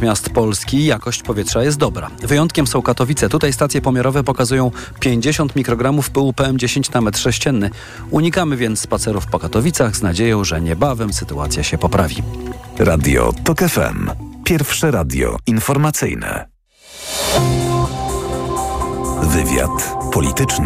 miast Polski jakość powietrza jest dobra. Wyjątkiem są Katowice. Tutaj stacje pomiarowe pokazują 50 mikrogramów pyłu PM10 na metr sześcienny. Unikamy więc spacerów po Katowicach z nadzieją, że niebawem sytuacja się poprawi. Radio TOK FM. Pierwsze radio informacyjne. Wywiad polityczny.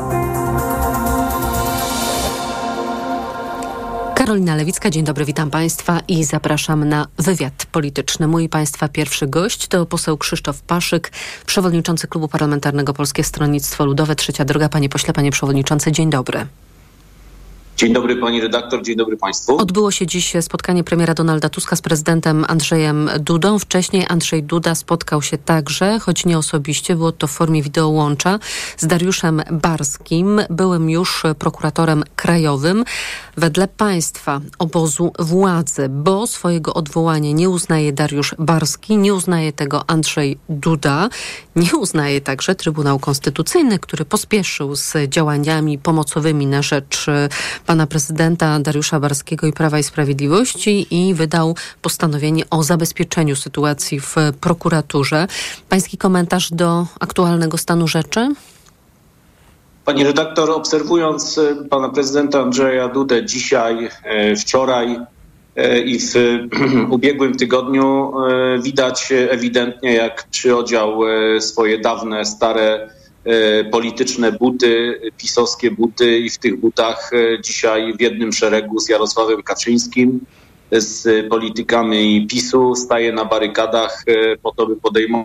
Karolina Lewicka, dzień dobry, witam Państwa i zapraszam na wywiad polityczny. Mój Państwa pierwszy gość to poseł Krzysztof Paszyk, przewodniczący Klubu Parlamentarnego Polskie Stronnictwo Ludowe, Trzecia Droga. Panie pośle, panie przewodniczący, dzień dobry. Dzień dobry pani redaktor, dzień dobry państwu. Odbyło się dziś spotkanie premiera Donalda Tuska z prezydentem Andrzejem Dudą. Wcześniej Andrzej Duda spotkał się także, choć nie osobiście, było to w formie wideołącza, z Dariuszem Barskim, byłym już prokuratorem krajowym. Wedle państwa obozu władzy, bo swojego odwołania nie uznaje Dariusz Barski, nie uznaje tego Andrzej Duda, nie uznaje także Trybunał Konstytucyjny, który pospieszył z działaniami pomocowymi na rzecz pana prezydenta Dariusza Barskiego i Prawa i Sprawiedliwości i wydał postanowienie o zabezpieczeniu sytuacji w prokuraturze. Pański komentarz do aktualnego stanu rzeczy? Pani redaktor, obserwując pana prezydenta Andrzeja Dudę dzisiaj, wczoraj i w ubiegłym tygodniu, widać ewidentnie, jak przyodział swoje dawne, stare polityczne buty, pisowskie buty i w tych butach dzisiaj w jednym szeregu z Jarosławem Kaczyńskim, z politykami PiS-u staje na barykadach po to, by podejmować.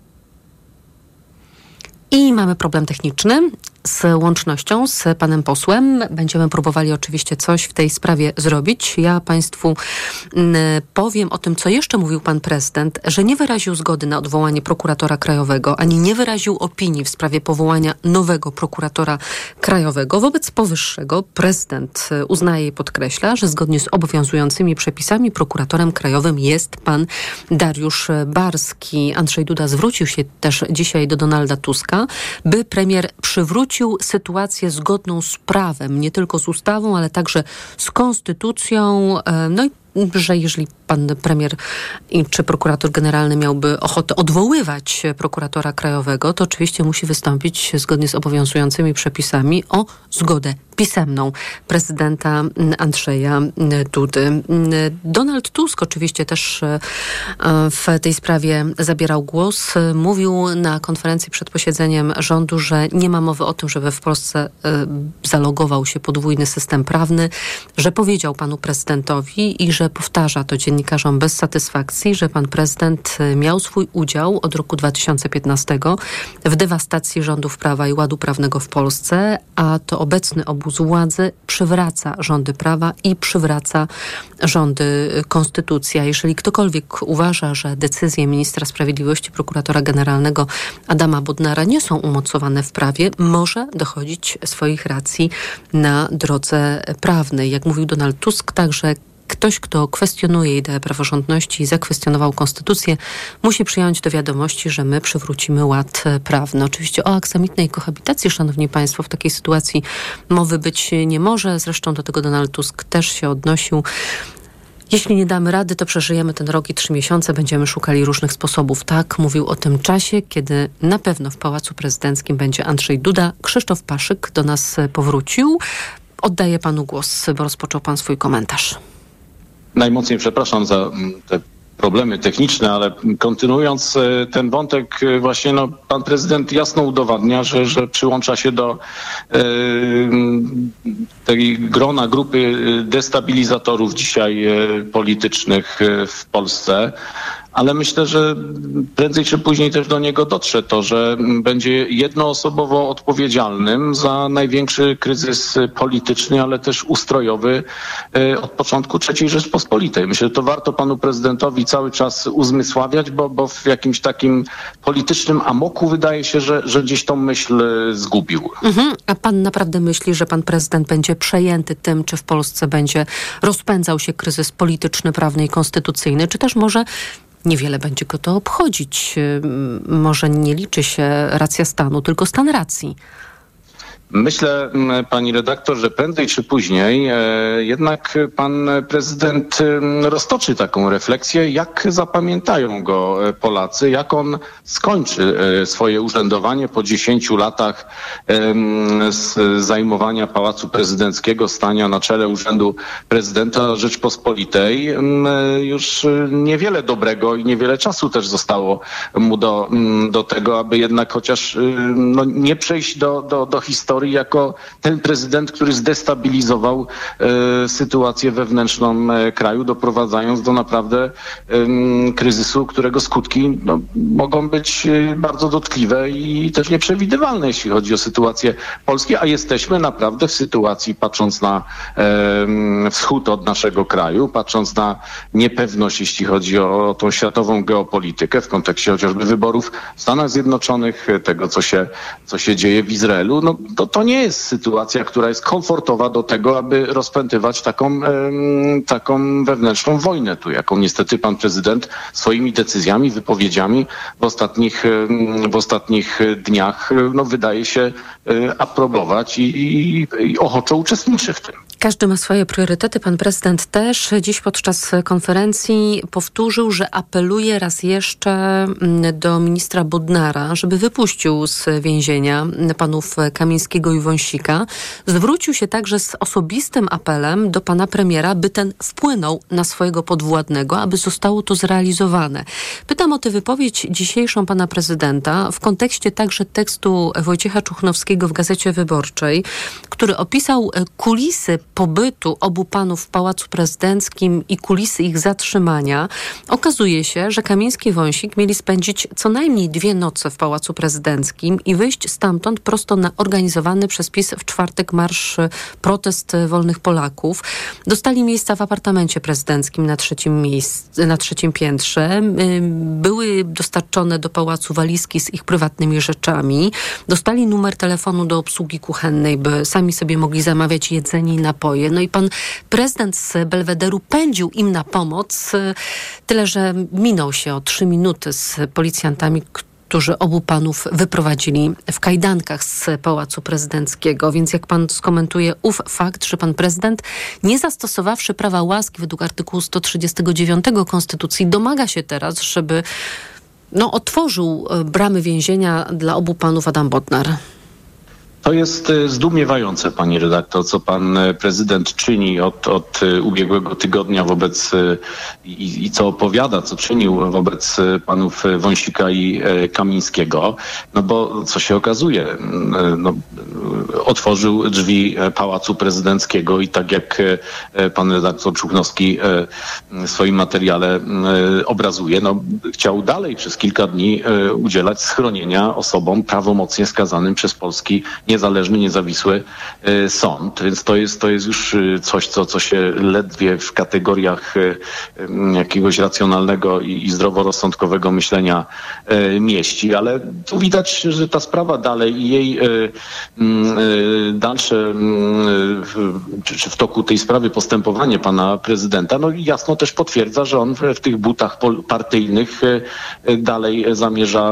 I mamy problem techniczny z łącznością z panem posłem. Będziemy próbowali oczywiście coś w tej sprawie zrobić. Ja państwu powiem o tym, co jeszcze mówił pan prezydent, że nie wyraził zgody na odwołanie prokuratora krajowego, ani nie wyraził opinii w sprawie powołania nowego prokuratora krajowego. Wobec powyższego prezydent uznaje i podkreśla, że zgodnie z obowiązującymi przepisami prokuratorem krajowym jest pan Dariusz Barski. Andrzej Duda zwrócił się też dzisiaj do Donalda Tuska, by premier przywrócił sytuację zgodną z prawem, nie tylko z ustawą, ale także z konstytucją. No i że jeżeli pan premier czy prokurator generalny miałby ochotę odwoływać prokuratora krajowego, to oczywiście musi wystąpić zgodnie z obowiązującymi przepisami o zgodę pisemną prezydenta Andrzeja Dudy. Donald Tusk oczywiście też w tej sprawie zabierał głos. Mówił na konferencji przed posiedzeniem rządu, że nie ma mowy o tym, żeby w Polsce zalogował się podwójny system prawny, że powiedział panu prezydentowi i że powtarza to dziennikarzom bez satysfakcji, że pan prezydent miał swój udział od roku 2015 w dewastacji rządów prawa i ładu prawnego w Polsce, a to obecny obóz władzy przywraca rządy prawa i przywraca rządy konstytucji. A jeżeli ktokolwiek uważa, że decyzje ministra sprawiedliwości, prokuratora generalnego Adama Bodnara nie są umocowane w prawie, może dochodzić swoich racji na drodze prawnej. Jak mówił Donald Tusk, także ktoś, kto kwestionuje ideę praworządności i zakwestionował konstytucję, musi przyjąć do wiadomości, że my przywrócimy ład prawny. Oczywiście o aksamitnej kohabitacji, szanowni państwo, w takiej sytuacji mowy być nie może. Zresztą do tego Donald Tusk też się odnosił. Jeśli nie damy rady, to przeżyjemy ten rok i 3 miesiące, będziemy szukali różnych sposobów. Tak mówił o tym czasie, kiedy na pewno w Pałacu Prezydenckim będzie Andrzej Duda. Krzysztof Paszyk do nas powrócił. Oddaję panu głos, bo rozpoczął pan swój komentarz. Najmocniej przepraszam za te problemy techniczne, ale kontynuując ten wątek, właśnie pan prezydent jasno udowadnia, że przyłącza się do tej grupy destabilizatorów dzisiaj politycznych w Polsce. Ale myślę, że prędzej czy później też do niego dotrze to, że będzie jednoosobowo odpowiedzialnym za największy kryzys polityczny, ale też ustrojowy od początku III Rzeczpospolitej. Myślę, że to warto panu prezydentowi cały czas uzmysławiać, bo w jakimś takim politycznym amoku wydaje się, że gdzieś tą myśl zgubił. A pan naprawdę myśli, że pan prezydent będzie przejęty tym, czy w Polsce będzie rozpędzał się kryzys polityczny, prawny i konstytucyjny, czy też może niewiele będzie go to obchodzić? Może nie liczy się racja stanu, tylko stan racji? Myślę, pani redaktor, że prędzej czy później jednak pan prezydent roztoczy taką refleksję, jak zapamiętają go Polacy, jak on skończy swoje urzędowanie po 10 latach z zajmowania Pałacu Prezydenckiego, stania na czele Urzędu Prezydenta Rzeczpospolitej. Już niewiele dobrego i niewiele czasu też zostało mu do tego, aby jednak chociaż nie przejść do historii jako ten prezydent, który zdestabilizował sytuację wewnętrzną kraju, doprowadzając do naprawdę kryzysu, którego skutki mogą być bardzo dotkliwe i też nieprzewidywalne, jeśli chodzi o sytuację Polski, a jesteśmy naprawdę w sytuacji, patrząc na wschód od naszego kraju, patrząc na niepewność, jeśli chodzi o tą światową geopolitykę w kontekście chociażby wyborów w Stanach Zjednoczonych, tego, co się dzieje w Izraelu, to nie jest sytuacja, która jest komfortowa do tego, aby rozpętywać taką wewnętrzną wojnę tu, jaką niestety pan prezydent swoimi decyzjami, wypowiedziami w ostatnich dniach wydaje się aprobować i ochoczo uczestniczy w tym. Każdy ma swoje priorytety. Pan prezydent też dziś podczas konferencji powtórzył, że apeluje raz jeszcze do ministra Bodnara, żeby wypuścił z więzienia panów Kamińskiego i Wąsika. Zwrócił się także z osobistym apelem do pana premiera, by ten wpłynął na swojego podwładnego, aby zostało to zrealizowane. Pytam o tę wypowiedź dzisiejszą pana prezydenta w kontekście także tekstu Wojciecha Czuchnowskiego w Gazecie Wyborczej, który opisał kulisy pobytu obu panów w Pałacu Prezydenckim i kulisy ich zatrzymania. Okazuje się, że Kamiński i Wąsik mieli spędzić co najmniej 2 noce w Pałacu Prezydenckim i wyjść stamtąd prosto na organizowany przez PiS w czwartek marsz protest wolnych Polaków. Dostali miejsca w apartamencie prezydenckim na trzecim piętrze. Były dostarczone do pałacu walizki z ich prywatnymi rzeczami. Dostali numer telefonu do obsługi kuchennej, by sami sobie mogli zamawiać jedzenie i napoje. No i pan prezydent z Belwederu pędził im na pomoc, tyle że minął się o 3 minuty z policjantami, którzy obu panów wyprowadzili w kajdankach z Pałacu Prezydenckiego. Więc jak pan skomentuje ów fakt, że pan prezydent, nie zastosowawszy prawa łaski według artykułu 139 Konstytucji, domaga się teraz, żeby otworzył bramy więzienia dla obu panów Adam Bodnar? To jest zdumiewające, pani redaktor, co pan prezydent czyni od ubiegłego tygodnia wobec i co opowiada, co czynił wobec panów Wąsika i Kamińskiego. Bo co się okazuje, otworzył drzwi Pałacu Prezydenckiego i tak jak pan redaktor Czuchnowski w swoim materiale obrazuje, chciał dalej przez kilka dni udzielać schronienia osobom prawomocnie skazanym przez polski niezależny, niezawisły sąd. Więc to jest już coś, co się ledwie w kategoriach jakiegoś racjonalnego i zdroworozsądkowego myślenia mieści. Ale tu widać, że ta sprawa dalej i jej dalsze, czy w toku tej sprawy postępowanie pana prezydenta, jasno też potwierdza, że on w tych butach partyjnych dalej zamierza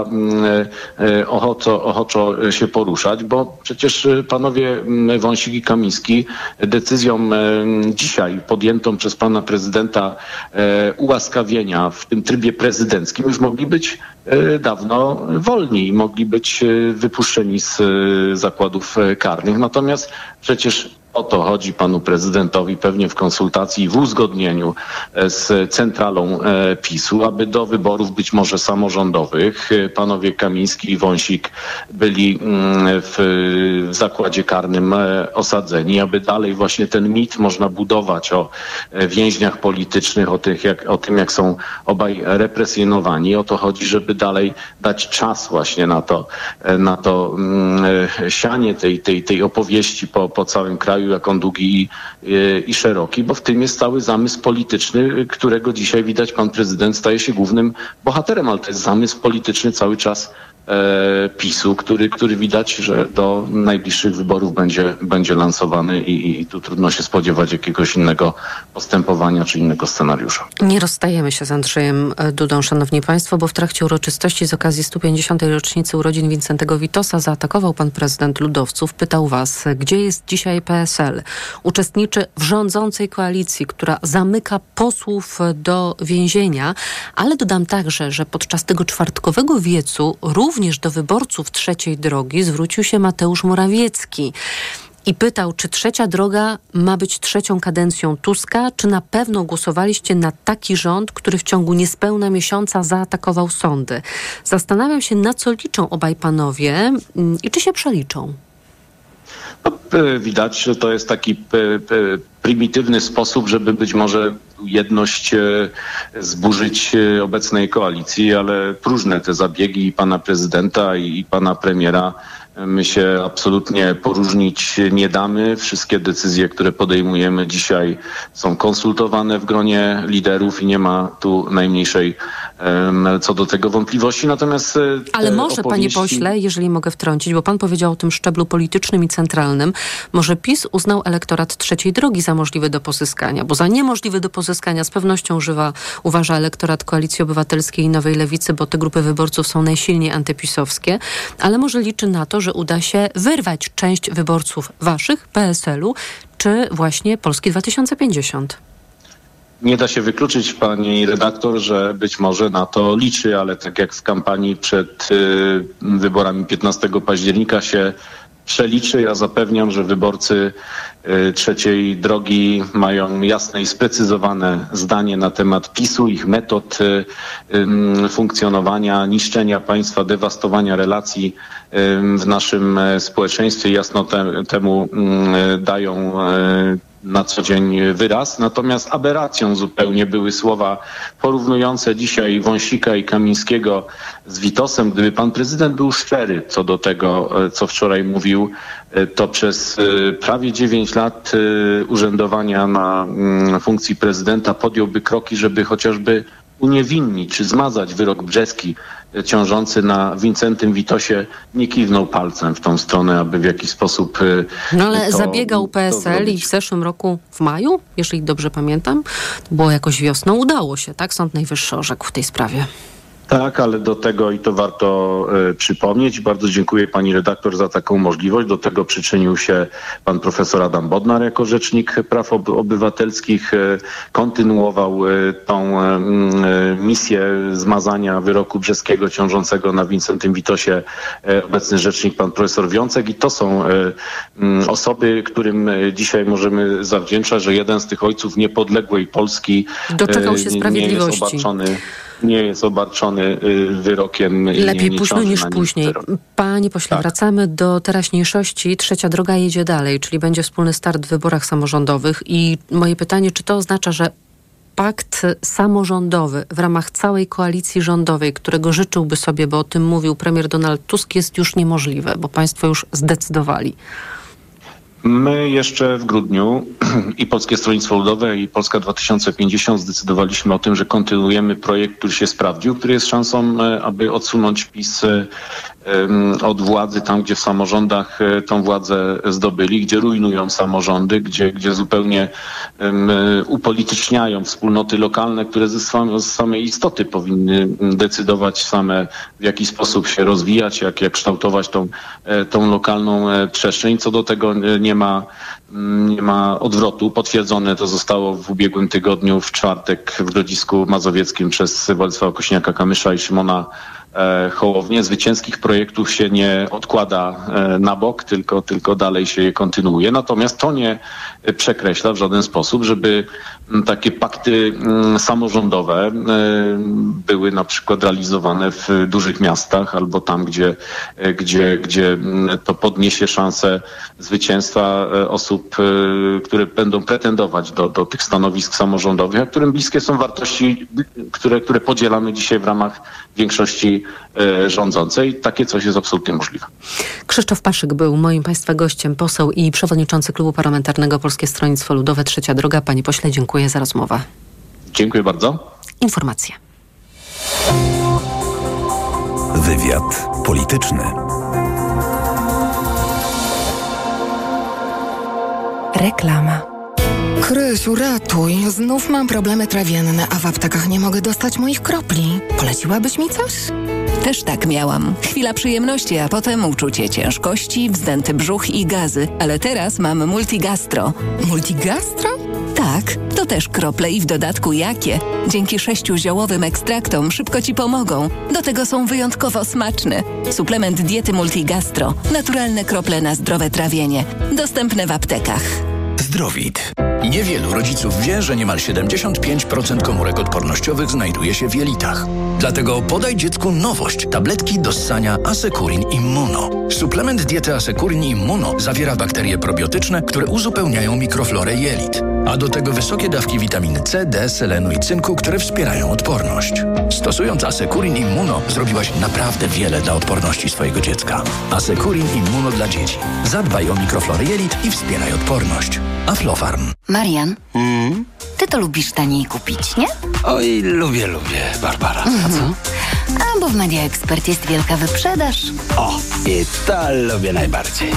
ochoczo się poruszać, bo przecież panowie Wąsik i Kamiński decyzją dzisiaj podjętą przez pana prezydenta ułaskawienia w tym trybie prezydenckim już mogli być dawno wolni i mogli być wypuszczeni z zakładów karnych. Natomiast przecież o to chodzi panu prezydentowi pewnie w konsultacji i w uzgodnieniu z centralą PiS-u, aby do wyborów być może samorządowych panowie Kamiński i Wąsik byli w zakładzie karnym osadzeni, aby dalej właśnie ten mit można budować o więźniach politycznych, o tym jak są obaj represjonowani. O to chodzi, żeby dalej dać czas właśnie na to sianie tej opowieści po całym kraju, jak on długi i szeroki, bo w tym jest cały zamysł polityczny, którego dzisiaj widać pan prezydent staje się głównym bohaterem, ale to jest zamysł polityczny cały czas PiS-u, który widać, że do najbliższych wyborów będzie lansowany i tu trudno się spodziewać jakiegoś innego postępowania czy innego scenariusza. Nie rozstajemy się z Andrzejem Dudą, szanowni państwo, bo w trakcie uroczystości z okazji 150. rocznicy urodzin Wincentego Witosa zaatakował pan prezydent ludowców. Pytał was, gdzie jest dzisiaj PSL? Uczestniczy w rządzącej koalicji, która zamyka posłów do więzienia, ale dodam także, że podczas tego czwartkowego wiecu również do wyborców trzeciej drogi zwrócił się Mateusz Morawiecki i pytał, czy trzecia droga ma być trzecią kadencją Tuska, czy na pewno głosowaliście na taki rząd, który w ciągu niespełna miesiąca zaatakował sądy. Zastanawiam się, na co liczą obaj panowie i czy się przeliczą. Widać, że to jest taki prymitywny sposób, żeby być może jedność zburzyć obecnej koalicji, ale próżne te zabiegi i pana prezydenta i pana premiera. My się absolutnie poróżnić nie damy. Wszystkie decyzje, które podejmujemy dzisiaj, są konsultowane w gronie liderów i nie ma tu najmniejszej co do tego wątpliwości. Natomiast ale może, panie pośle, jeżeli mogę wtrącić, bo pan powiedział o tym szczeblu politycznym i centralnym, może PiS uznał elektorat trzeciej drogi za możliwy do pozyskania, bo za niemożliwy do pozyskania z pewnością uważa elektorat Koalicji Obywatelskiej i Nowej Lewicy, bo te grupy wyborców są najsilniej antypisowskie, ale może liczy na to, że uda się wyrwać część wyborców waszych, PSL-u, czy właśnie Polski 2050. Nie da się wykluczyć, pani redaktor, że być może na to liczy, ale tak jak w kampanii przed wyborami 15 października się przeliczy, ja zapewniam, że wyborcy trzeciej drogi mają jasne i sprecyzowane zdanie na temat PiS-u, ich metod funkcjonowania, niszczenia państwa, dewastowania relacji w naszym społeczeństwie. Jasno temu dają na co dzień wyraz. Natomiast aberracją zupełnie były słowa porównujące dzisiaj Wąsika i Kamińskiego z Witosem. Gdyby pan prezydent był szczery co do tego, co wczoraj mówił, to przez prawie 9 lat urzędowania na funkcji prezydenta podjąłby kroki, żeby chociażby uniewinnić czy zmazać wyrok brzeski ciążący na Wincentym Witosie, nie kiwnął palcem w tą stronę, aby w jakiś sposób no ale zabiegał PSL i w zeszłym roku w maju, jeżeli dobrze pamiętam, to było jakoś wiosną, udało się, tak? Sąd Najwyższy orzekł w tej sprawie. Tak, ale do tego, i to warto przypomnieć, bardzo dziękuję pani redaktor za taką możliwość. Do tego przyczynił się pan profesor Adam Bodnar jako rzecznik praw obywatelskich. Kontynuował tą misję zmazania wyroku brzeskiego ciążącego na Wincentym Witosie obecny rzecznik pan profesor Wiącek. I to są osoby, którym dzisiaj możemy zawdzięczać, że jeden z tych ojców niepodległej Polski doczekał się sprawiedliwości. Nie jest obarczony wyrokiem. Lepiej późno niż później. Panie pośle, tak. Wracamy do teraźniejszości. Trzecia droga jedzie dalej, czyli będzie wspólny start w wyborach samorządowych. I moje pytanie, czy to oznacza, że pakt samorządowy w ramach całej koalicji rządowej, którego życzyłby sobie, bo o tym mówił premier Donald Tusk, jest już niemożliwe, bo państwo już zdecydowali? My jeszcze w grudniu i Polskie Stronnictwo Ludowe i Polska 2050 zdecydowaliśmy o tym, że kontynuujemy projekt, który się sprawdził, który jest szansą, aby odsunąć PiS od władzy tam, gdzie w samorządach tą władzę zdobyli, gdzie rujnują samorządy, gdzie zupełnie upolityczniają wspólnoty lokalne, które z samej istoty powinny decydować same, w jaki sposób się rozwijać, jak kształtować tą lokalną przestrzeń. Co do tego nie ma odwrotu. Potwierdzone to zostało w ubiegłym tygodniu, w czwartek w Grodzisku Mazowieckim przez Władysława Kośniaka-Kamysza i Szymona Hołownię. Zwycięskich projektów się nie odkłada na bok, tylko dalej się je kontynuuje. Natomiast to nie przekreśla w żaden sposób, żeby takie pakty samorządowe były na przykład realizowane w dużych miastach albo tam, gdzie to podniesie szansę zwycięstwa osób, które będą pretendować do tych stanowisk samorządowych, a którym bliskie są wartości, które podzielamy dzisiaj w ramach większości rządzącej. Takie coś jest absolutnie możliwe. Krzysztof Paszyk był moim państwa gościem, poseł i przewodniczący Klubu Parlamentarnego Polskie Stronnictwo Ludowe, Trzecia Droga. Panie pośle, dziękuję za rozmowę. Dziękuję bardzo. Informacje. Wywiad polityczny. Reklama. Krysiu, ratuj. Znów mam problemy trawienne, a w aptekach nie mogę dostać moich kropli. Poleciłabyś mi coś? Też tak miałam. Chwila przyjemności, a potem uczucie ciężkości, wzdęty brzuch i gazy. Ale teraz mam Multigastro. Multigastro? Tak, to też krople i w dodatku jakie. Dzięki 6 ziołowym ekstraktom szybko Ci pomogą. Do tego są wyjątkowo smaczne. Suplement diety Multigastro. Naturalne krople na zdrowe trawienie. Dostępne w aptekach. Zdrowit. Niewielu rodziców wie, że niemal 75% komórek odpornościowych znajduje się w jelitach. Dlatego podaj dziecku nowość. Tabletki do ssania Asekurin Immuno. Suplement diety Asekurin Immuno zawiera bakterie probiotyczne, które uzupełniają mikroflorę jelit. A do tego wysokie dawki witaminy C, D, selenu i cynku, które wspierają odporność. Stosując Asekurin Immuno zrobiłaś naprawdę wiele dla odporności swojego dziecka. Asekurin Immuno dla dzieci. Zadbaj o mikroflorę jelit i wspieraj odporność. Aflofarm. Marian, ty to lubisz taniej kupić, nie? Oj, lubię, Barbara. A co? A bo w Media Expert jest wielka wyprzedaż. O, i to lubię najbardziej.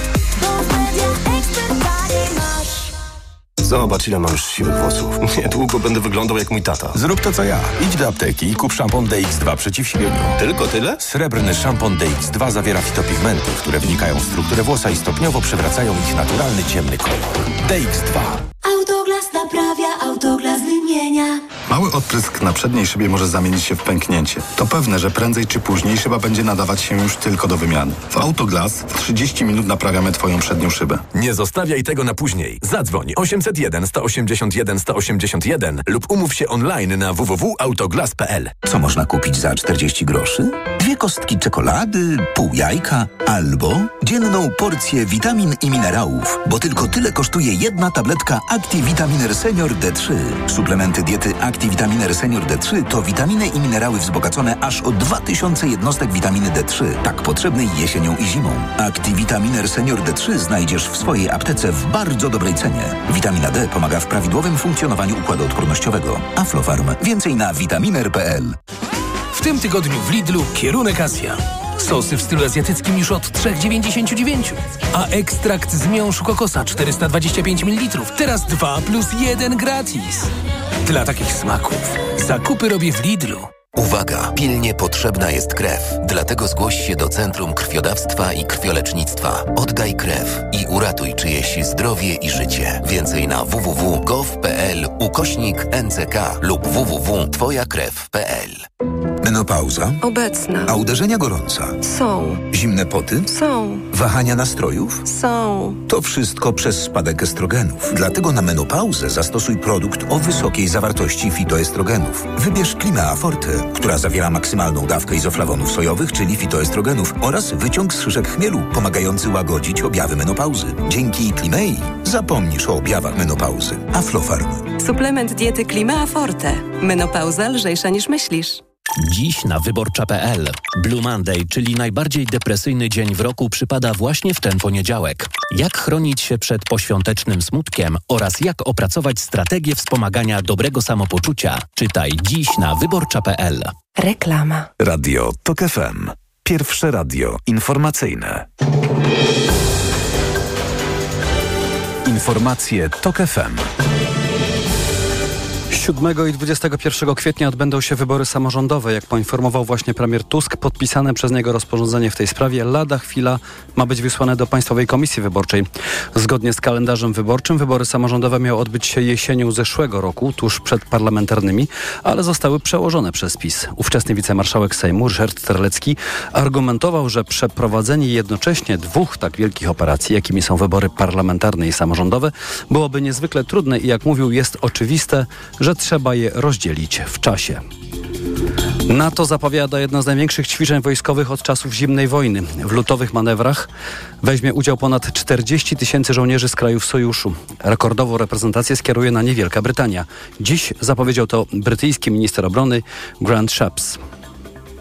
Zobacz, ile mam już siwych włosów. Niedługo będę wyglądał jak mój tata. Zrób to co ja. Idź do apteki i kup szampon DX2 przeciw siwieniu. Tylko tyle? Srebrny szampon DX2 zawiera fitopigmenty, które wnikają w strukturę włosa i stopniowo przywracają ich naturalny ciemny kolor. DX2. Autoglas naprawia, Autoglas wymienia. Mały odprysk na przedniej szybie może zamienić się w pęknięcie. To pewne, że prędzej czy później szyba będzie nadawać się już tylko do wymiany. W Autoglas w 30 minut naprawiamy Twoją przednią szybę. Nie zostawiaj tego na później. Zadzwoń 801 181 181 lub umów się online na www.autoglas.pl. Co można kupić za 40 groszy? 2 kostki czekolady, pół jajka albo dzienną porcję witamin i minerałów, bo tylko tyle kosztuje jedna tabletka ActiVitaminer Senior D3. Suplementy diety ActiVitaminer Senior D3 to witaminy i minerały wzbogacone aż o 2000 jednostek witaminy D3, tak potrzebnej jesienią i zimą. ActiVitaminer Senior D3 znajdziesz w swojej aptece w bardzo dobrej cenie. Witamina D pomaga w prawidłowym funkcjonowaniu układu odpornościowego. Aflofarm. Więcej na vitaminer.pl. W tym tygodniu w Lidlu kierunek Azja. Sosy w stylu azjatyckim już od 3,99, a ekstrakt z miąższu kokosa 425 ml teraz 2 + 1 gratis. Dla takich smaków zakupy robię w Lidlu. Uwaga! Pilnie potrzebna jest krew. Dlatego zgłoś się do Centrum Krwiodawstwa i Krwiolecznictwa. Oddaj krew i uratuj czyjeś zdrowie i życie. Więcej na www.gov.pl/NCK lub www.twojakrew.pl. Menopauza? Obecna. A uderzenia gorąca? Są. Zimne poty? Są. Wahania nastrojów? Są. To wszystko przez spadek estrogenów. Dlatego na menopauzę zastosuj produkt o wysokiej zawartości fitoestrogenów. Wybierz Climea Forte, która zawiera maksymalną dawkę izoflawonów sojowych, czyli fitoestrogenów, oraz wyciąg z szyszek chmielu, pomagający łagodzić objawy menopauzy. Dzięki Climei zapomnisz o objawach menopauzy. Aflofarm. Suplement diety Climea Forte. Menopauza lżejsza niż myślisz. Dziś na wyborcza.pl. Blue Monday, czyli najbardziej depresyjny dzień w roku, przypada właśnie w ten poniedziałek. Jak chronić się przed poświątecznym smutkiem oraz jak opracować strategię wspomagania dobrego samopoczucia. Czytaj dziś na wyborcza.pl. Reklama. Radio TOK FM. Pierwsze radio informacyjne. Informacje TOK FM. 7 i 21 kwietnia odbędą się wybory samorządowe. Jak poinformował właśnie premier Tusk, podpisane przez niego rozporządzenie w tej sprawie lada chwila ma być wysłane do Państwowej Komisji Wyborczej. Zgodnie z kalendarzem wyborczym wybory samorządowe miały odbyć się jesienią zeszłego roku, tuż przed parlamentarnymi, ale zostały przełożone przez PiS. Ówczesny wicemarszałek Sejmu Ryszard Terlecki argumentował, że przeprowadzenie jednocześnie 2 tak wielkich operacji, jakimi są wybory parlamentarne i samorządowe, byłoby niezwykle trudne i jak mówił, jest oczywiste, że trzeba je rozdzielić w czasie. NATO zapowiada jedno z największych ćwiczeń wojskowych od czasów zimnej wojny. W lutowych manewrach weźmie udział ponad 40 000 żołnierzy z krajów sojuszu. Rekordową reprezentację skieruje na nie Wielka Brytania. Dziś zapowiedział to brytyjski minister obrony Grant Shapps.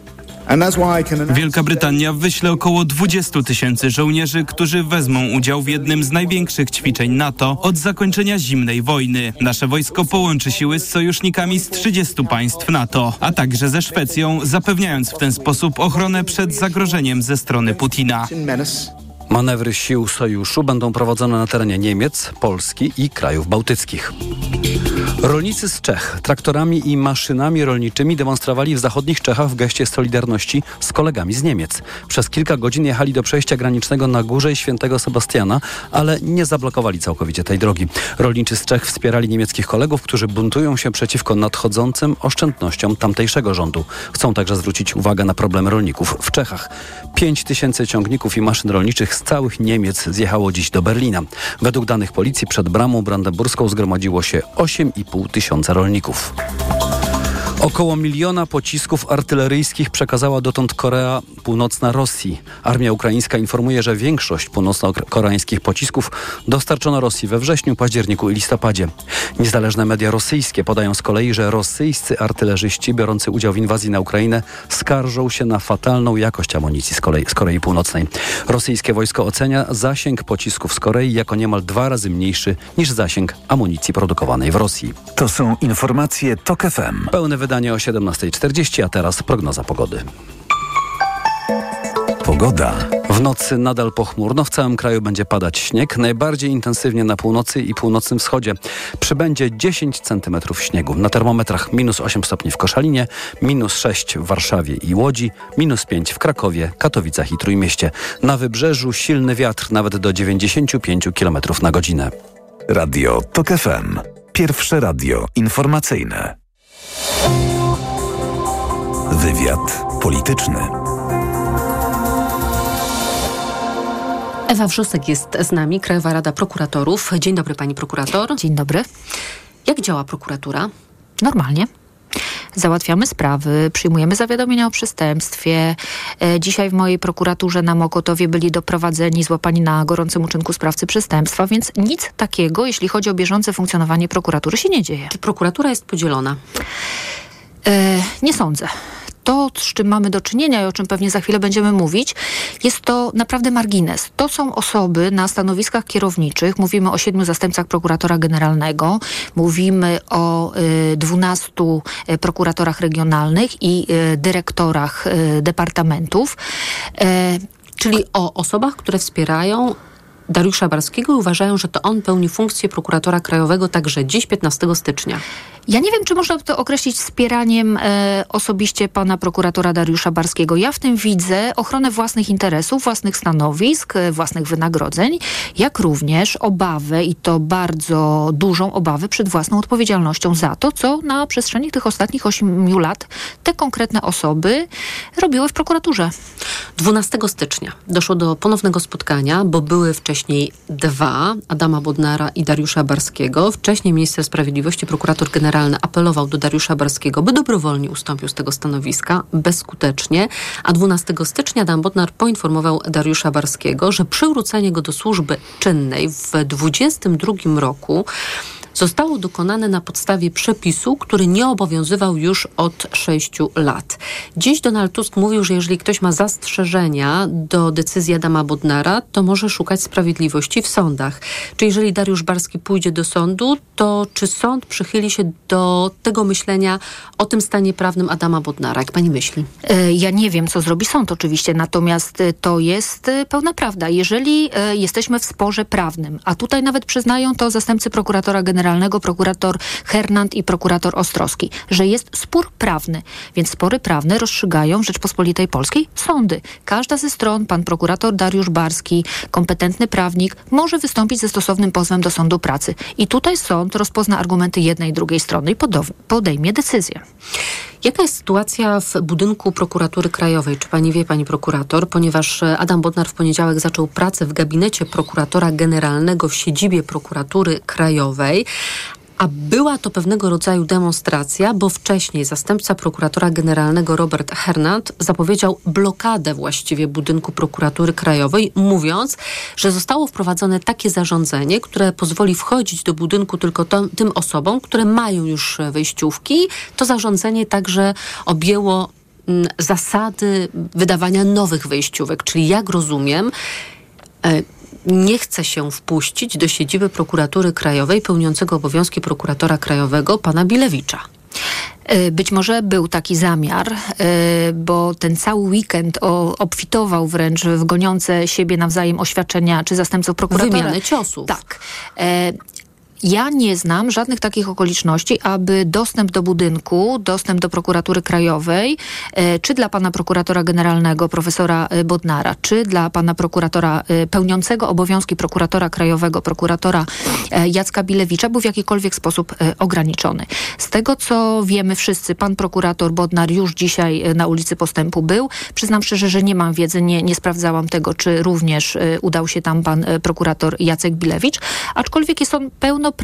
Wielka Brytania wyśle około 20 000 żołnierzy, którzy wezmą udział w jednym z największych ćwiczeń NATO od zakończenia zimnej wojny. Nasze wojsko połączy siły z sojusznikami z 30 państw NATO, a także ze Szwecją, zapewniając w ten sposób ochronę przed zagrożeniem ze strony Putina. Manewry sił sojuszu będą prowadzone na terenie Niemiec, Polski i krajów bałtyckich. Rolnicy z Czech traktorami i maszynami rolniczymi demonstrowali w zachodnich Czechach w geście solidarności z kolegami z Niemiec. Przez kilka godzin jechali do przejścia granicznego na Górze Świętego Sebastiana, ale nie zablokowali całkowicie tej drogi. Rolnicy z Czech wspierali niemieckich kolegów, którzy buntują się przeciwko nadchodzącym oszczędnościom tamtejszego rządu. Chcą także zwrócić uwagę na problemy rolników w Czechach. 5 000 ciągników i maszyn rolniczych z całych Niemiec zjechało dziś do Berlina. Według danych policji przed bramą brandenburską zgromadziło się 8,5 tysiąca rolników. Około 1 miliona pocisków artyleryjskich przekazała dotąd Korea Północna Rosji. Armia ukraińska informuje, że większość północno-koreańskich pocisków dostarczono Rosji we wrześniu, październiku i listopadzie. Niezależne media rosyjskie podają z kolei, że rosyjscy artylerzyści biorący udział w inwazji na Ukrainę skarżą się na fatalną jakość amunicji z Korei Północnej. Rosyjskie wojsko ocenia zasięg pocisków z Korei jako niemal 2 razy mniejszy niż zasięg amunicji produkowanej w Rosji. To są informacje TOK FM. Pełne wydanie o 17:40, a teraz prognoza pogody. Pogoda. W nocy nadal pochmurno, w całym kraju będzie padać śnieg, najbardziej intensywnie na północy i północnym wschodzie. Przybędzie 10 cm śniegu. Na termometrach -8 stopni w Koszalinie, -6 w Warszawie i Łodzi, -5 w Krakowie, Katowicach i Trójmieście. Na wybrzeżu silny wiatr nawet do 95 km na godzinę. Radio TOK FM. Pierwsze radio informacyjne. Wywiad polityczny. Ewa Wrzosek jest z nami, Krajowa Rada Prokuratorów. Dzień dobry, pani prokurator. Dzień dobry. Jak działa prokuratura? Normalnie. Załatwiamy sprawy, przyjmujemy zawiadomienia o przestępstwie. Dzisiaj w mojej prokuraturze na Mokotowie byli doprowadzeni, złapani na gorącym uczynku sprawcy przestępstwa, więc nic takiego, jeśli chodzi o bieżące funkcjonowanie prokuratury, się nie dzieje. Czy prokuratura jest podzielona? Nie sądzę. To, z czym mamy do czynienia i o czym pewnie za chwilę będziemy mówić, jest to naprawdę margines. To są osoby na stanowiskach kierowniczych. Mówimy o 7 zastępcach prokuratora generalnego. Mówimy o 12 prokuratorach regionalnych i dyrektorach departamentów. Czyli o osobach, które wspierają Dariusza Barskiego i uważają, że to on pełni funkcję prokuratora krajowego także dziś, 15 stycznia. Ja nie wiem, czy można to określić wspieraniem osobiście pana prokuratora Dariusza Barskiego. Ja w tym widzę ochronę własnych interesów, własnych stanowisk, własnych wynagrodzeń, jak również obawę, i to bardzo dużą obawę przed własną odpowiedzialnością za to, co na przestrzeni tych ostatnich 8 lat te konkretne osoby robiły w prokuraturze. 12 stycznia doszło do ponownego spotkania, bo były wcześniej 2, Adama Bodnara i Dariusza Barskiego. Wcześniej minister sprawiedliwości, prokurator generalny apelował do Dariusza Barskiego, by dobrowolnie ustąpił z tego stanowiska, bezskutecznie, a 12 stycznia Adam Bodnar poinformował Dariusza Barskiego, że przywrócenie go do służby czynnej w 2022 roku zostało dokonane na podstawie przepisu, który nie obowiązywał już od 6 lat. Dziś Donald Tusk mówił, że jeżeli ktoś ma zastrzeżenia do decyzji Adama Bodnara, to może szukać sprawiedliwości w sądach. Czy jeżeli Dariusz Barski pójdzie do sądu, to czy sąd przychyli się do tego myślenia o tym stanie prawnym Adama Bodnara? Jak pani myśli? Ja nie wiem, co zrobi sąd oczywiście, natomiast to jest pełna prawda. Jeżeli jesteśmy w sporze prawnym, a tutaj nawet przyznają to zastępcy prokuratora generalnego, prokurator Hernand i prokurator Ostrowski, że jest spór prawny, więc spory prawne rozstrzygają w Rzeczpospolitej Polskiej sądy. Każda ze stron, pan prokurator Dariusz Barski, kompetentny prawnik, może wystąpić ze stosownym pozwem do sądu pracy. I tutaj sąd rozpozna argumenty jednej i drugiej strony i podejmie decyzję. Jaka jest sytuacja w budynku prokuratury krajowej? Czy pani wie, pani prokurator? Ponieważ Adam Bodnar w poniedziałek zaczął pracę w gabinecie prokuratora generalnego w siedzibie prokuratury krajowej, a była to pewnego rodzaju demonstracja, bo wcześniej zastępca prokuratora generalnego Robert Hernand zapowiedział blokadę właściwie budynku prokuratury krajowej, mówiąc, że zostało wprowadzone takie zarządzenie, które pozwoli wchodzić do budynku tylko tym osobom, które mają już wejściówki. To zarządzenie także objęło zasady wydawania nowych wejściówek, czyli jak rozumiem, nie chce się wpuścić do siedziby prokuratury krajowej pełniącego obowiązki prokuratora krajowego pana Bilewicza. Być może był taki zamiar, bo ten cały weekend obfitował wręcz w goniące siebie nawzajem oświadczenia czy zastępców prokuratora. Wymiany ciosów. Tak. Ja nie znam żadnych takich okoliczności, aby dostęp do budynku, dostęp do prokuratury krajowej, czy dla pana prokuratora generalnego, profesora Bodnara, czy dla pana prokuratora pełniącego obowiązki prokuratora krajowego, prokuratora Jacka Bilewicza, był w jakikolwiek sposób ograniczony. Z tego, co wiemy wszyscy, pan prokurator Bodnar już dzisiaj na ulicy Postępu był. Przyznam szczerze, że nie mam wiedzy, nie sprawdzałam tego, czy również udał się tam pan prokurator Jacek Bilewicz, aczkolwiek jest on pełnoprawnym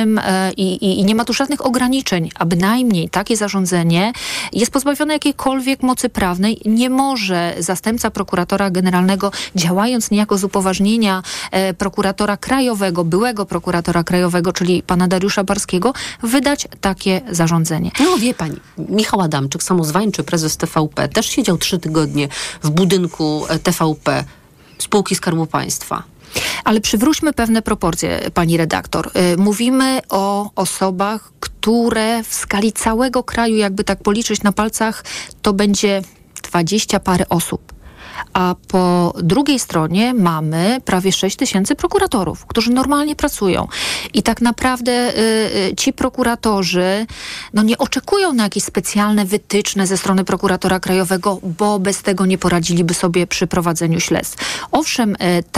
i nie ma tu żadnych ograniczeń, a bynajmniej takie zarządzenie jest pozbawione jakiejkolwiek mocy prawnej. Nie może zastępca prokuratora generalnego, działając niejako z upoważnienia prokuratora krajowego, byłego prokuratora krajowego, czyli pana Dariusza Barskiego, wydać takie zarządzenie. No wie pani, Michał Adamczyk, samozwańczy prezes TVP, też siedział 3 tygodnie w budynku TVP, spółki Skarbu Państwa. Ale przywróćmy pewne proporcje, pani redaktor. Mówimy o osobach, które w skali całego kraju, jakby tak policzyć na palcach, to będzie 20 parę osób. A po drugiej stronie mamy prawie 6 000 prokuratorów, którzy normalnie pracują. I tak naprawdę ci prokuratorzy nie oczekują na jakieś specjalne wytyczne ze strony prokuratora krajowego, bo bez tego nie poradziliby sobie przy prowadzeniu śledztw. Owszem,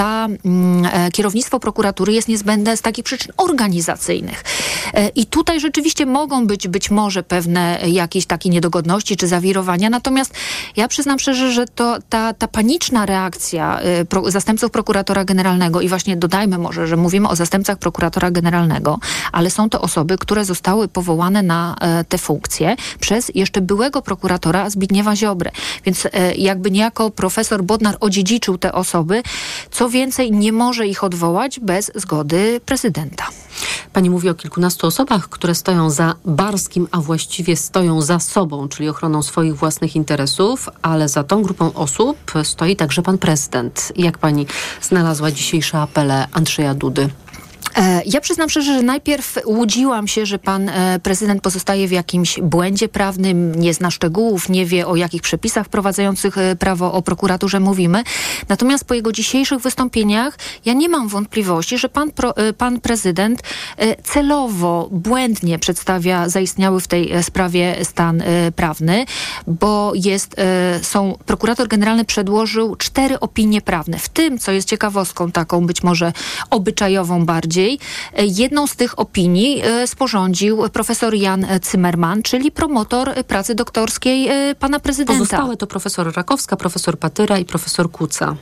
kierownictwo prokuratury jest niezbędne z takich przyczyn organizacyjnych. I tutaj rzeczywiście mogą być może pewne jakieś takie niedogodności czy zawirowania, natomiast ja przyznam szczerze, że to ta paniczna reakcja zastępców prokuratora generalnego i właśnie dodajmy może, że mówimy o zastępcach prokuratora generalnego, ale są to osoby, które zostały powołane na te funkcje przez jeszcze byłego prokuratora Zbigniewa Ziobrę. Więc jakby niejako profesor Bodnar odziedziczył te osoby. Co więcej, nie może ich odwołać bez zgody prezydenta. Pani mówi o kilkunastu osobach, które stoją za Barskim, a właściwie stoją za sobą, czyli ochroną swoich własnych interesów, ale za tą grupą osób stoi także pan prezydent. Jak pani znalazła dzisiejsze apele Andrzeja Dudy? Ja przyznam szczerze, że najpierw łudziłam się, że pan prezydent pozostaje w jakimś błędzie prawnym, nie zna szczegółów, nie wie, o jakich przepisach wprowadzających prawo o prokuraturze mówimy. Natomiast po jego dzisiejszych wystąpieniach ja nie mam wątpliwości, że pan prezydent celowo, błędnie przedstawia zaistniały w tej sprawie stan prawny, bo prokurator generalny przedłożył 4 opinie prawne. W tym, co jest ciekawostką taką być może obyczajową bardziej, jedną z tych opinii sporządził profesor Jan Zimmerman, czyli promotor pracy doktorskiej pana prezydenta. Pozostałe to profesor Rakowska, profesor Patyra i profesor Kuca.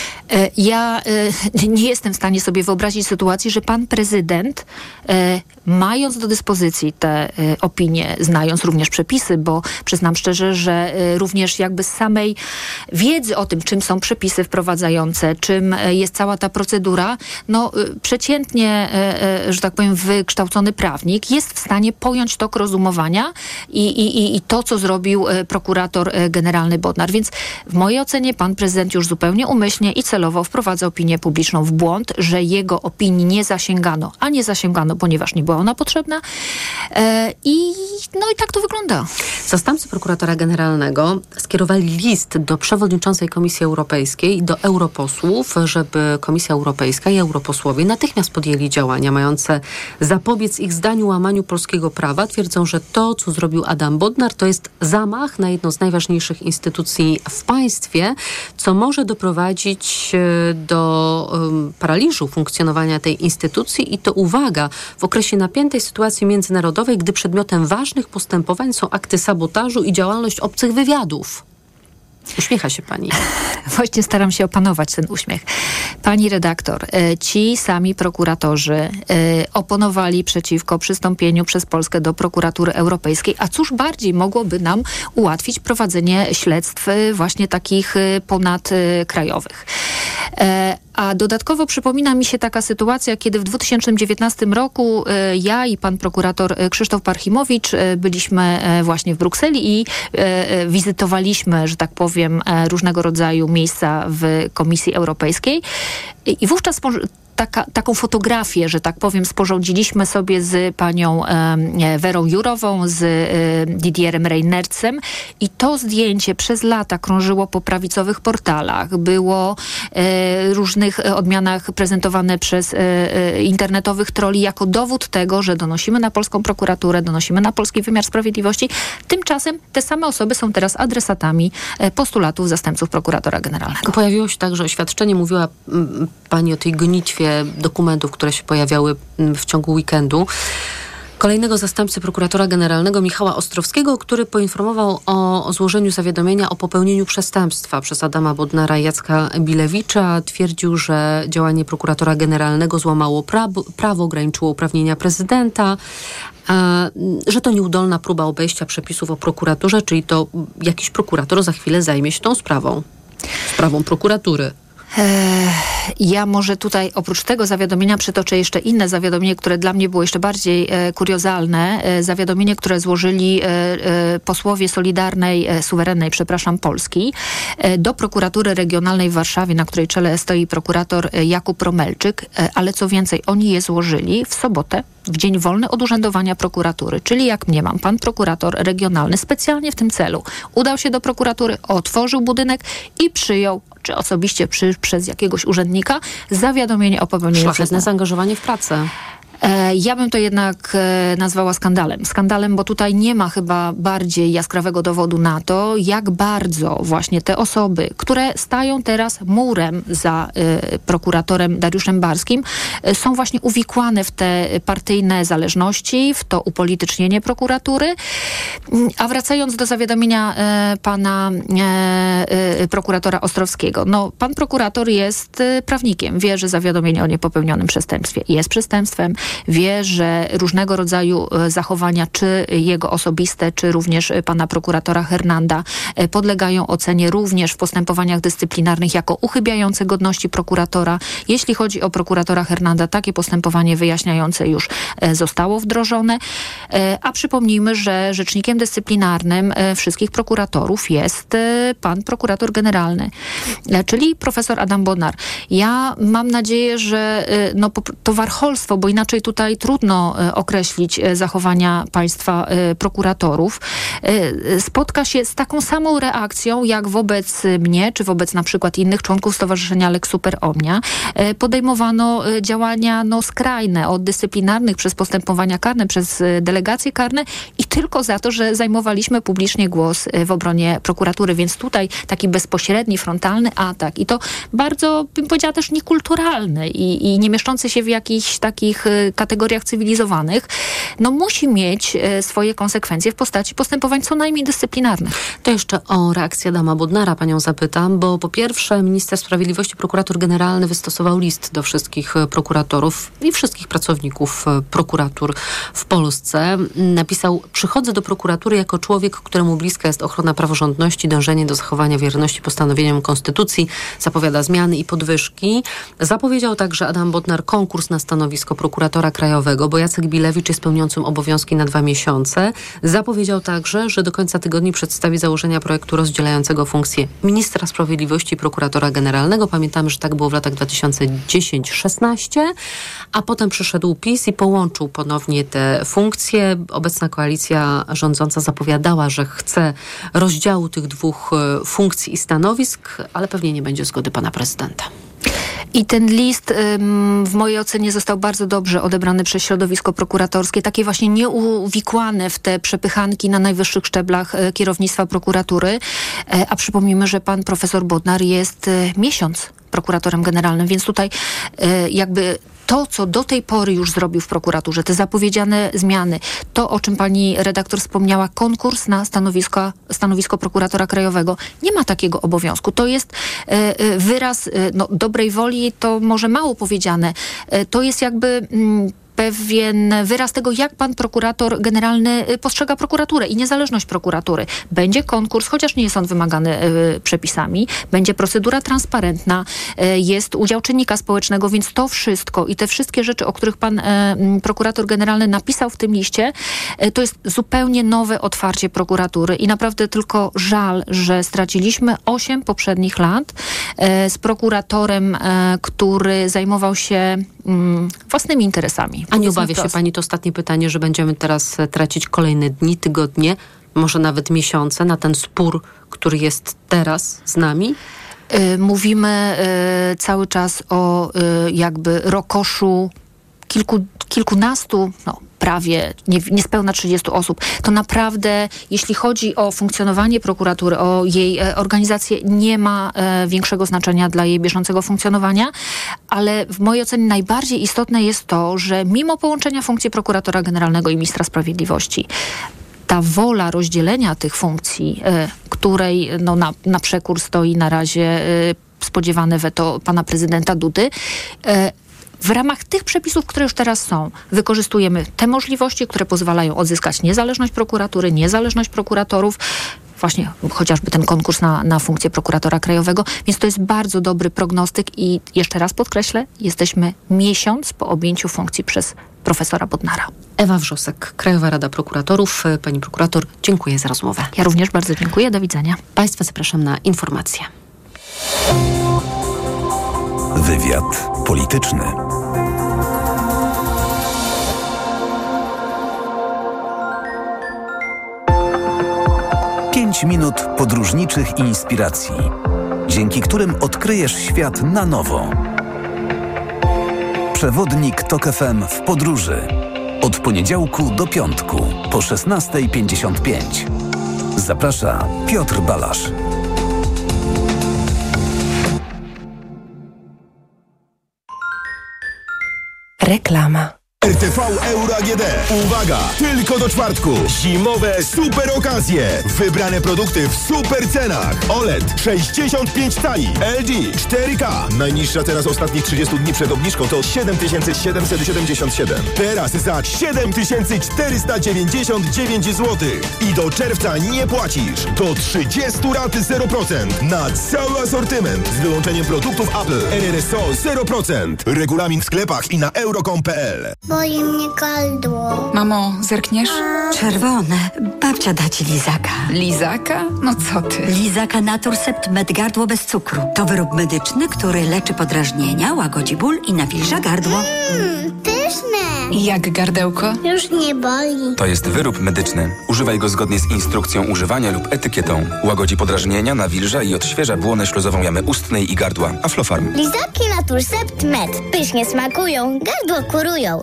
Ja nie jestem w stanie sobie wyobrazić sytuacji, że pan prezydent, mając do dyspozycji te opinie, znając również przepisy, bo przyznam szczerze, że również jakby z samej wiedzy o tym, czym są przepisy wprowadzające, czym jest cała ta procedura, przeciętnie, że tak powiem, wykształcony prawnik jest w stanie pojąć tok rozumowania i to, co zrobił prokurator generalny Bodnar. Więc w mojej ocenie pan prezydent już zupełnie umyślnie i celowo wprowadza opinię publiczną w błąd, że jego opinii nie zasięgano, ponieważ nie była ona potrzebna. I tak to wygląda. Zastępcy prokuratora generalnego skierowali list do przewodniczącej Komisji Europejskiej i do europosłów, żeby Komisja Europejska i europosłowie natychmiast podjęli działania mające zapobiec ich zdaniu łamaniu polskiego prawa. Twierdzą, że to, co zrobił Adam Bodnar, to jest zamach na jedną z najważniejszych instytucji w państwie, co może doprowadzić do paraliżu funkcjonowania tej instytucji i to, uwaga, w okresie napiętej sytuacji międzynarodowej, gdy przedmiotem ważnych postępowań są akty sabotażu i działalność obcych wywiadów. Uśmiecha się pani. Właśnie staram się opanować ten uśmiech. Pani redaktor, ci sami prokuratorzy oponowali przeciwko przystąpieniu przez Polskę do prokuratury europejskiej, a cóż bardziej mogłoby nam ułatwić prowadzenie śledztw właśnie takich ponadkrajowych. A dodatkowo przypomina mi się taka sytuacja, kiedy w 2019 roku ja i pan prokurator Krzysztof Parchimowicz byliśmy właśnie w Brukseli i wizytowaliśmy, że tak powiem, różnego rodzaju miejsca w Komisji Europejskiej. I wówczas taką fotografię, że tak powiem, sporządziliśmy sobie z panią Werą Jourową, z Didierem Reynertsem i to zdjęcie przez lata krążyło po prawicowych portalach. Było w różnych odmianach prezentowane przez internetowych trolli jako dowód tego, że donosimy na polską prokuraturę, donosimy na polski wymiar sprawiedliwości. Tymczasem te same osoby są teraz adresatami postulatów zastępców prokuratora generalnego. Pojawiło się także oświadczenie, mówiła pani o tej gonitwie dokumentów, które się pojawiały w ciągu weekendu. Kolejnego zastępcy prokuratora generalnego Michała Ostrowskiego, który poinformował o złożeniu zawiadomienia o popełnieniu przestępstwa przez Adama Bodnara i Jacka Bilewicza. Twierdził, że działanie prokuratora generalnego złamało prawo, ograniczyło uprawnienia prezydenta, że to nieudolna próba obejścia przepisów o prokuraturze, czyli to jakiś prokurator za chwilę zajmie się tą sprawą prokuratury. Ja może tutaj oprócz tego zawiadomienia przytoczę jeszcze inne zawiadomienie, które dla mnie było jeszcze bardziej kuriozalne. Zawiadomienie, które złożyli posłowie suwerennej Polski do prokuratury regionalnej w Warszawie, na której czele stoi prokurator Jakub Romelczyk, ale co więcej, oni je złożyli w sobotę, w dzień wolny od urzędowania prokuratury, czyli jak mniemam, pan prokurator regionalny specjalnie w tym celu udał się do prokuratury, otworzył budynek i przyjął, czy osobiście przez jakiegoś urzędnika, zawiadomienie o popełnieniu szlachetne przestępstwa. zaangażowanie w pracę. Ja bym to jednak nazwała skandalem. Skandalem, bo tutaj nie ma chyba bardziej jaskrawego dowodu na to, jak bardzo właśnie te osoby, które stają teraz murem za prokuratorem Dariuszem Barskim, są właśnie uwikłane w te partyjne zależności, w to upolitycznienie prokuratury. A wracając do zawiadomienia pana prokuratora Ostrowskiego. No, pan prokurator jest prawnikiem. Wie, że zawiadomienie o niepopełnionym przestępstwie jest przestępstwem. Wie, że różnego rodzaju zachowania, czy jego osobiste, czy również pana prokuratora Hernanda podlegają ocenie również w postępowaniach dyscyplinarnych jako uchybiające godności prokuratora. Jeśli chodzi o prokuratora Hernanda, takie postępowanie wyjaśniające już zostało wdrożone. A przypomnijmy, że rzecznikiem dyscyplinarnym wszystkich prokuratorów jest pan prokurator generalny, czyli profesor Adam Bodnar. Ja mam nadzieję, że to warcholstwo, bo inaczej tutaj trudno określić zachowania państwa prokuratorów, spotka się z taką samą reakcją, jak wobec mnie, czy wobec na przykład innych członków Stowarzyszenia Lex Super Omnia. Podejmowano działania skrajne, od dyscyplinarnych przez postępowania karne, przez delegacje karne i tylko za to, że zajmowaliśmy publicznie głos w obronie prokuratury, więc tutaj taki bezpośredni, frontalny atak i to bardzo, bym powiedziała, też niekulturalny i nie mieszczący się w jakichś takich kategoriach cywilizowanych, musi mieć swoje konsekwencje w postaci postępowań co najmniej dyscyplinarnych. To jeszcze o reakcję Adama Bodnara panią zapytam, bo po pierwsze minister sprawiedliwości, prokurator generalny wystosował list do wszystkich prokuratorów i wszystkich pracowników prokuratur w Polsce. Napisał: przychodzę do prokuratury jako człowiek, któremu bliska jest ochrona praworządności, dążenie do zachowania wierności postanowieniom Konstytucji, zapowiada zmiany i podwyżki. Zapowiedział także Adam Bodnar konkurs na stanowisko prokuratora krajowego, bo Jacek Bilewicz jest pełniącym obowiązki na 2 miesiące. Zapowiedział także, że do końca tygodnia przedstawi założenia projektu rozdzielającego funkcje ministra sprawiedliwości i prokuratora generalnego. Pamiętamy, że tak było w latach 2010-16, a potem przyszedł PiS i połączył ponownie te funkcje. Obecna koalicja rządząca zapowiadała, że chce rozdziału tych 2 funkcji i stanowisk, ale pewnie nie będzie zgody pana prezydenta. I ten list w mojej ocenie został bardzo dobrze odebrany przez środowisko prokuratorskie, takie właśnie nieuwikłane w te przepychanki na najwyższych szczeblach kierownictwa prokuratury. A przypomnijmy, że pan profesor Bodnar jest miesiąc prokuratorem generalnym, więc tutaj jakby to, co do tej pory już zrobił w prokuraturze, te zapowiedziane zmiany, to, o czym pani redaktor wspomniała, konkurs na stanowisko prokuratora krajowego, nie ma takiego obowiązku. To jest wyraz dobrej woli, to może mało powiedziane. To jest jakby pewien wyraz tego, jak pan prokurator generalny postrzega prokuraturę i niezależność prokuratury. Będzie konkurs, chociaż nie jest on wymagany przepisami. Będzie procedura transparentna, jest udział czynnika społecznego, więc to wszystko i te wszystkie rzeczy, o których pan prokurator generalny napisał w tym liście, to jest zupełnie nowe otwarcie prokuratury i naprawdę tylko żal, że straciliśmy 8 poprzednich lat z prokuratorem, który zajmował się własnymi interesami. A nie obawia się pani, to ostatnie pytanie, że będziemy teraz tracić kolejne dni, tygodnie, może nawet miesiące na ten spór, który jest teraz z nami? Mówimy cały czas o jakby rokoszu kilkunastu, prawie niespełna 30 osób. To naprawdę, jeśli chodzi o funkcjonowanie prokuratury, o jej organizację, nie ma większego znaczenia dla jej bieżącego funkcjonowania, ale w mojej ocenie najbardziej istotne jest to, że mimo połączenia funkcji prokuratora generalnego i ministra sprawiedliwości, ta wola rozdzielenia tych funkcji, której na przekór stoi na razie spodziewane weto pana prezydenta Dudy, w ramach tych przepisów, które już teraz są, wykorzystujemy te możliwości, które pozwalają odzyskać niezależność prokuratury, niezależność prokuratorów, właśnie chociażby ten konkurs na funkcję prokuratora krajowego, więc to jest bardzo dobry prognostyk i jeszcze raz podkreślę, jesteśmy miesiąc po objęciu funkcji przez profesora Bodnara. Ewa Wrzosek, Krajowa Rada Prokuratorów. Pani prokurator, dziękuję za rozmowę. Ja również bardzo dziękuję, do widzenia. Państwa zapraszam na informacje. Wywiad polityczny. Pięć minut podróżniczych inspiracji, dzięki którym odkryjesz świat na nowo. Przewodnik TOK FM w podróży. Od poniedziałku do piątku po 16:55. Zaprasza Piotr Balasz. Reklama. RTV Euro AGD. Uwaga! Tylko do czwartku. Zimowe super okazje. Wybrane produkty w super cenach. OLED 65 cali. LG 4K. Najniższa teraz ostatnich 30 dni przed obniżką to 7777. Teraz za 7499 zł. I do czerwca nie płacisz. Do 30 rat 0%. Na cały asortyment. Z wyłączeniem produktów Apple. RRSO 0%. Regulamin w sklepach i na euro.com.pl. Boli mnie gardło. Mamo, zerkniesz? Czerwone. Babcia da ci lizaka. Lizaka? No co ty? Lizaka Naturcept Med Gardło bez cukru. To wyrób medyczny, który leczy podrażnienia, łagodzi ból i nawilża gardło. Pyszne. Jak gardełko? Już nie boli. To jest wyrób medyczny. Używaj go zgodnie z instrukcją używania lub etykietą. Łagodzi podrażnienia, nawilża i odświeża błonę śluzową jamy ustnej i gardła. Aflofarm. Lizaki Naturcept Med. Pysznie smakują, gardło kurują.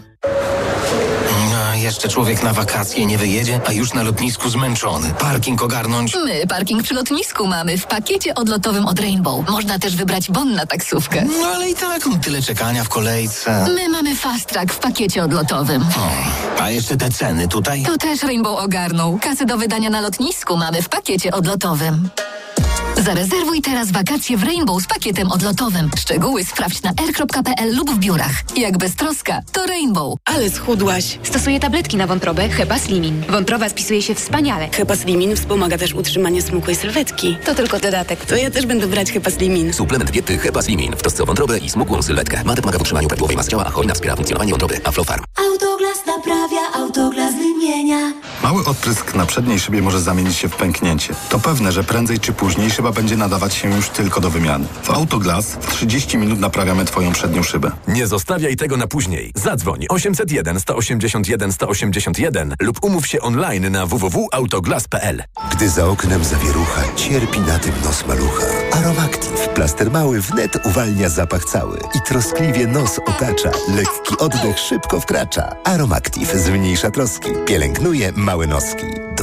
Jeszcze człowiek na wakacje nie wyjedzie, a już na lotnisku zmęczony. Parking ogarnąć? My parking przy lotnisku mamy w pakiecie odlotowym od Rainbow. Można też wybrać bon na taksówkę. No ale i tak tyle czekania w kolejce. My mamy Fast Track w pakiecie odlotowym. A jeszcze te ceny tutaj? To też Rainbow ogarnął. Kasy do wydania na lotnisku mamy w pakiecie odlotowym. Zarezerwuj teraz wakacje w Rainbow z pakietem odlotowym. Szczegóły sprawdź na r.pl lub w biurach. Jak beztroska, to Rainbow. Ale schudłaś. Stosuję tabletki na wątrobę Hepaslimin. Wątroba spisuje się wspaniale. Hepaslimin wspomaga też utrzymanie smukłej sylwetki. To tylko dodatek. To ja też będę brać Hepaslimin. Suplement diety Hepaslimin w trosce o wątrobę i smukłą sylwetkę. Ma pomaga w utrzymaniu prawidłowej masy ciała, a hojna wspiera funkcjonowanie wątroby. Aflofarm. Autoglas naprawia, Autoglas wymienia. Mały odprysk na przedniej szybie może zamienić się w pęknięcie. To pewne, że prędzej czy później szyba będzie nadawać się już tylko do wymiany. W Autoglas w 30 minut naprawiamy Twoją przednią szybę. Nie zostawiaj tego na później. Zadzwoń 801 181 181 lub umów się online na www.autoglas.pl. Gdy za oknem zawierucha, cierpi na tym nos malucha. Aromactive, plaster mały wnet uwalnia zapach cały i troskliwie nos otacza. Lekki oddech szybko wkracza. Aromactive zmniejsza troski, pielęgnuje małe noski. Do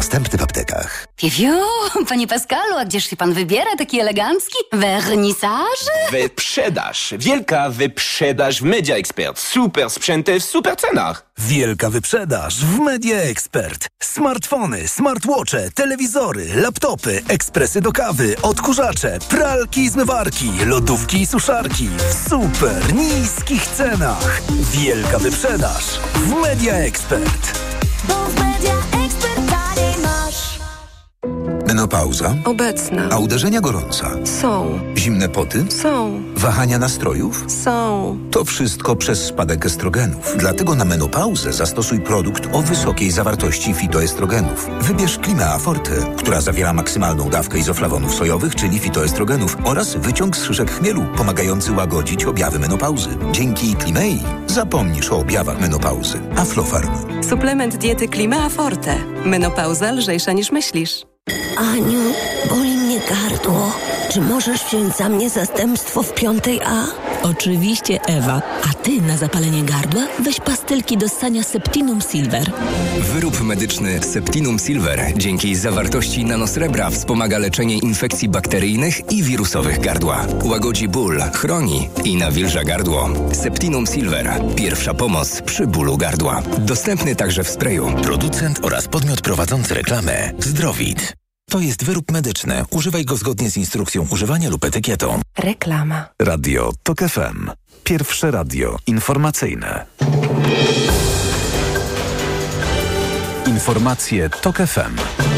Dostępny w aptekach. Piu, panie Pascalu, a gdzież się pan wybiera taki elegancki? Wernisaż? Wyprzedaż. Wielka wyprzedaż w Media Expert. Super sprzęty w super cenach. Wielka wyprzedaż w Media Expert. Smartfony, smartwatche, telewizory, laptopy, ekspresy do kawy, odkurzacze, pralki i zmywarki, lodówki i suszarki w super niskich cenach. Wielka wyprzedaż w Media Expert. Bo w Media Expert taniej masz. Menopauza? Obecna. A uderzenia gorąca? Są. Zimne poty? Są. Wahania nastrojów? Są. To wszystko przez spadek estrogenów. Dlatego na menopauzę zastosuj produkt o wysokiej zawartości fitoestrogenów. Wybierz Climea Forte, która zawiera maksymalną dawkę izoflawonów sojowych, czyli fitoestrogenów, oraz wyciąg z szyszek chmielu, pomagający łagodzić objawy menopauzy. Dzięki Climei zapomnisz o objawach menopauzy. Aflofarm. Suplement diety Climea Forte. Menopauza lżejsza niż myślisz. Aniu, boli mnie gardło. Czy możesz wziąć za mnie zastępstwo w 5A? Oczywiście, Ewa. A ty na zapalenie gardła weź pastylki do ssania Septinum Silver. Wyrób medyczny Septinum Silver dzięki zawartości nanosrebra wspomaga leczenie infekcji bakteryjnych i wirusowych gardła. Łagodzi ból, chroni i nawilża gardło. Septinum Silver. Pierwsza pomoc przy bólu gardła. Dostępny także w sprayu. Producent oraz podmiot prowadzący reklamę Zdrowit. To jest wyrób medyczny. Używaj go zgodnie z instrukcją używania lub etykietą. Reklama. Radio TOK FM. Pierwsze radio informacyjne. Informacje TOK FM.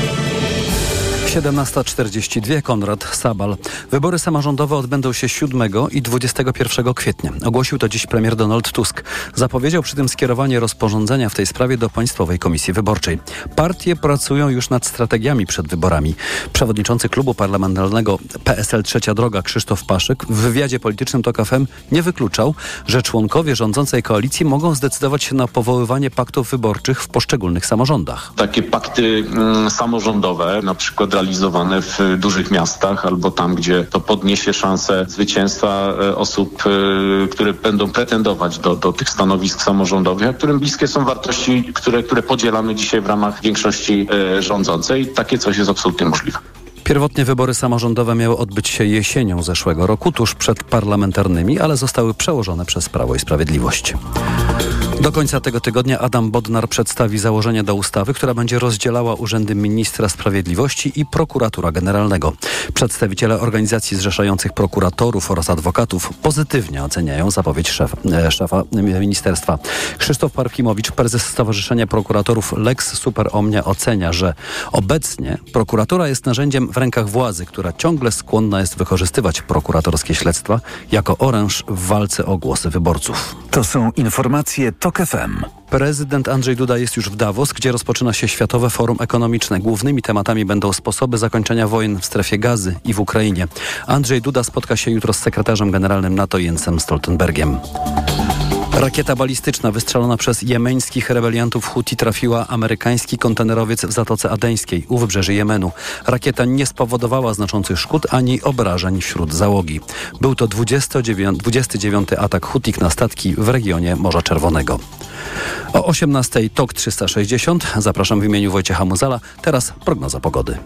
17:42, Konrad Sabal. Wybory samorządowe odbędą się 7 i 21 kwietnia. Ogłosił to dziś premier Donald Tusk. Zapowiedział przy tym skierowanie rozporządzenia w tej sprawie do Państwowej Komisji Wyborczej. Partie pracują już nad strategiami przed wyborami. Przewodniczący klubu parlamentarnego PSL Trzecia Droga Krzysztof Paszyk w wywiadzie politycznym TOK FM nie wykluczał, że członkowie rządzącej koalicji mogą zdecydować się na powoływanie paktów wyborczych w poszczególnych samorządach. Takie pakty samorządowe, na przykład realizowane w dużych miastach albo tam, gdzie to podniesie szansę zwycięstwa osób, które będą pretendować do tych stanowisk samorządowych, a którym bliskie są wartości, które podzielamy dzisiaj w ramach większości rządzącej. Takie coś jest absolutnie możliwe. Pierwotnie wybory samorządowe miały odbyć się jesienią zeszłego roku, tuż przed parlamentarnymi, ale zostały przełożone przez Prawo i Sprawiedliwość. Do końca tego tygodnia Adam Bodnar przedstawi założenia do ustawy, która będzie rozdzielała urzędy ministra sprawiedliwości i prokuratora generalnego. Przedstawiciele organizacji zrzeszających prokuratorów oraz adwokatów pozytywnie oceniają zapowiedź szefa ministerstwa. Krzysztof Parkimowicz, prezes Stowarzyszenia Prokuratorów Lex Super Omnia, ocenia, że obecnie prokuratura jest narzędziem w rękach władzy, która ciągle skłonna jest wykorzystywać prokuratorskie śledztwa jako oręż w walce o głosy wyborców. To są informacje TOK FM. Prezydent Andrzej Duda jest już w Davos, gdzie rozpoczyna się Światowe Forum Ekonomiczne. Głównymi tematami będą sposoby zakończenia wojen w strefie Gazy i w Ukrainie. Andrzej Duda spotka się jutro z sekretarzem generalnym NATO Jensem Stoltenbergiem. Rakieta balistyczna wystrzelona przez jemeńskich rebeliantów Huti trafiła amerykański kontenerowiec w Zatoce Adeńskiej u wybrzeży Jemenu. Rakieta nie spowodowała szkód ani obrażeń wśród załogi. Był to 29. atak Hutik na statki w regionie Morza Czerwonego. O 18:00 TOK 360. Zapraszam w imieniu Wojciecha Muzala. Teraz prognoza pogody.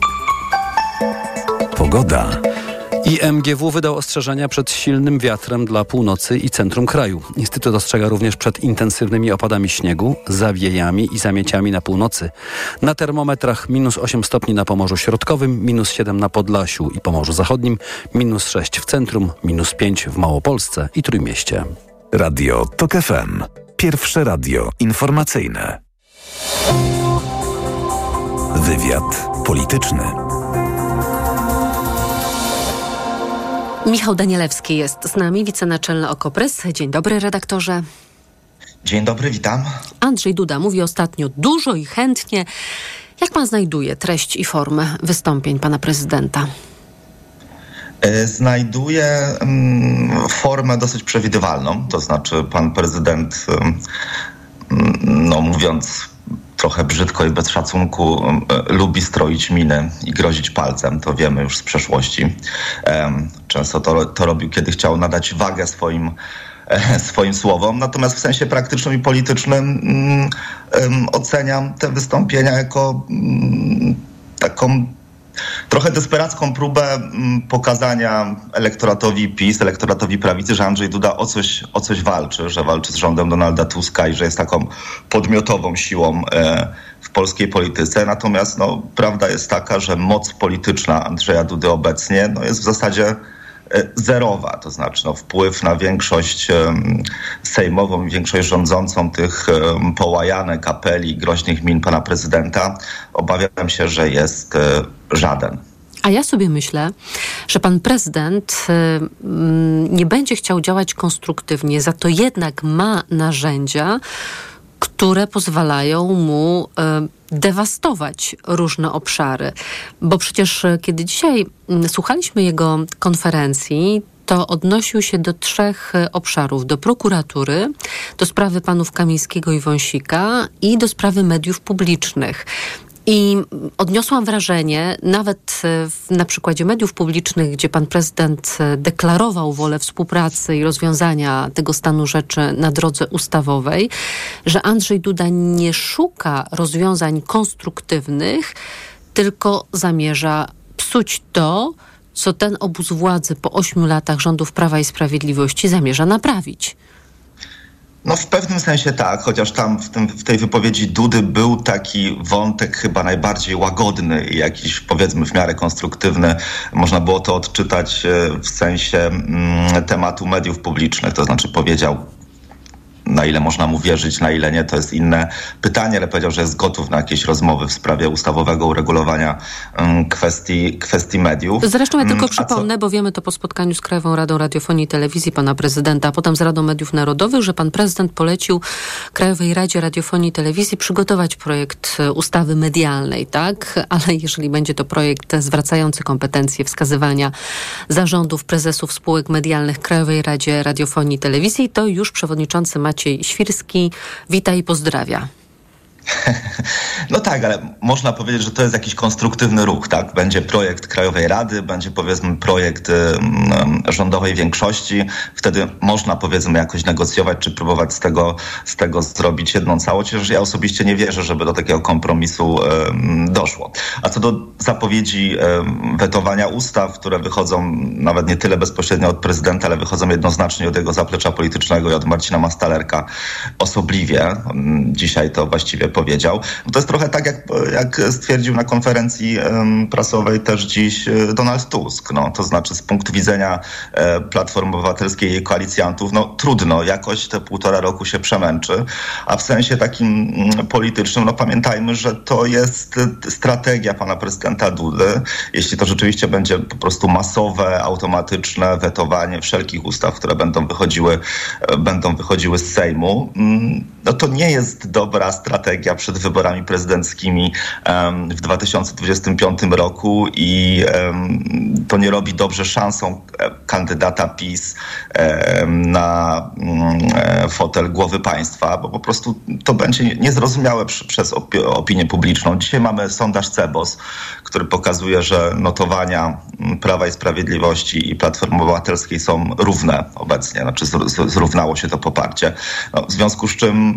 Pogoda. IMGW wydał ostrzeżenia przed silnym wiatrem dla północy i centrum kraju. Instytut ostrzega również przed intensywnymi opadami śniegu, zawiejami i zamieciami na północy. Na termometrach -8 stopni na Pomorzu Środkowym, -7 na Podlasiu i Pomorzu Zachodnim, -6 w centrum, -5 w Małopolsce i Trójmieście. Radio TOK FM. Pierwsze radio informacyjne. Wywiad polityczny. Michał Danielewski jest z nami, wicenaczelny OKO.press. Dzień dobry, redaktorze. Dzień dobry, witam. Andrzej Duda mówi ostatnio dużo i chętnie. Jak pan znajduje treść i formę wystąpień pana prezydenta? Znajduję formę dosyć przewidywalną. To znaczy pan prezydent, mówiąc trochę brzydko i bez szacunku, lubi stroić miny i grozić palcem. To wiemy już z przeszłości. Często to robił, kiedy chciał nadać wagę swoim swoim słowom. Natomiast w sensie praktycznym i politycznym oceniam te wystąpienia jako taką trochę desperacką próbę pokazania elektoratowi PiS, elektoratowi prawicy, że Andrzej Duda o coś walczy, że walczy z rządem Donalda Tuska i że jest taką podmiotową siłą w polskiej polityce. Natomiast prawda jest taka, że moc polityczna Andrzeja Dudy obecnie jest w zasadzie zerowa, to znaczy wpływ na większość sejmową i większość rządzącą tych połajanek, apeli, groźnych min pana prezydenta, obawiam się, że jest żaden. A ja sobie myślę, że pan prezydent nie będzie chciał działać konstruktywnie, za to jednak ma narzędzia, które pozwalają mu dewastować różne obszary. Bo przecież kiedy dzisiaj słuchaliśmy jego konferencji, to odnosił się do 3 obszarów. Do prokuratury, do sprawy panów Kamińskiego i Wąsika i do sprawy mediów publicznych. I odniosłam wrażenie, nawet na przykładzie mediów publicznych, gdzie pan prezydent deklarował wolę współpracy i rozwiązania tego stanu rzeczy na drodze ustawowej, że Andrzej Duda nie szuka rozwiązań konstruktywnych, tylko zamierza psuć to, co ten obóz władzy po 8 latach rządów Prawa i Sprawiedliwości zamierza naprawić. W pewnym sensie tak, chociaż tam w tej wypowiedzi Dudy był taki wątek chyba najbardziej łagodny i jakiś, powiedzmy, w miarę konstruktywny. Można było to odczytać w sensie tematu mediów publicznych, to znaczy powiedział, na ile można mu wierzyć, na ile nie, to jest inne pytanie, ale powiedział, że jest gotów na jakieś rozmowy w sprawie ustawowego uregulowania kwestii mediów. Zresztą ja tylko przypomnę, bo wiemy to po spotkaniu z Krajową Radą Radiofonii i Telewizji pana prezydenta, a potem z Radą Mediów Narodowych, że pan prezydent polecił Krajowej Radzie Radiofonii i Telewizji przygotować projekt ustawy medialnej, tak? Ale jeżeli będzie to projekt zwracający kompetencje wskazywania zarządów, prezesów spółek medialnych Krajowej Radzie Radiofonii i Telewizji, to już przewodniczący Maciej Świrski wita i pozdrawia. Tak, ale można powiedzieć, że to jest jakiś konstruktywny ruch, tak? Będzie projekt Krajowej Rady, będzie, powiedzmy, projekt rządowej większości. Wtedy można, powiedzmy, jakoś negocjować, czy próbować z tego zrobić jedną całość. Chociaż ja osobiście nie wierzę, żeby do takiego kompromisu doszło. A co do zapowiedzi wetowania ustaw, które wychodzą nawet nie tyle bezpośrednio od prezydenta, ale wychodzą jednoznacznie od jego zaplecza politycznego i od Marcina Mastalerka osobliwie. Dzisiaj to właściwie powiedział. To jest trochę tak, jak stwierdził na konferencji prasowej też dziś Donald Tusk. To znaczy z punktu widzenia Platformy Obywatelskiej i jej koalicjantów, trudno, jakoś te 1,5 roku się przemęczy, a w sensie takim politycznym, pamiętajmy, że to jest strategia pana prezydenta Dudy. Jeśli to rzeczywiście będzie po prostu masowe, automatyczne wetowanie wszelkich ustaw, które będą wychodziły z Sejmu, to nie jest dobra strategia przed wyborami prezydenckimi w 2025 roku i to nie robi dobrze szansą kandydata PiS na fotel głowy państwa, bo po prostu to będzie niezrozumiałe przez opinię publiczną. Dzisiaj mamy sondaż CEBOS, który pokazuje, że notowania Prawa i Sprawiedliwości i Platformy Obywatelskiej są równe obecnie, znaczy zrównało się to poparcie. W związku z czym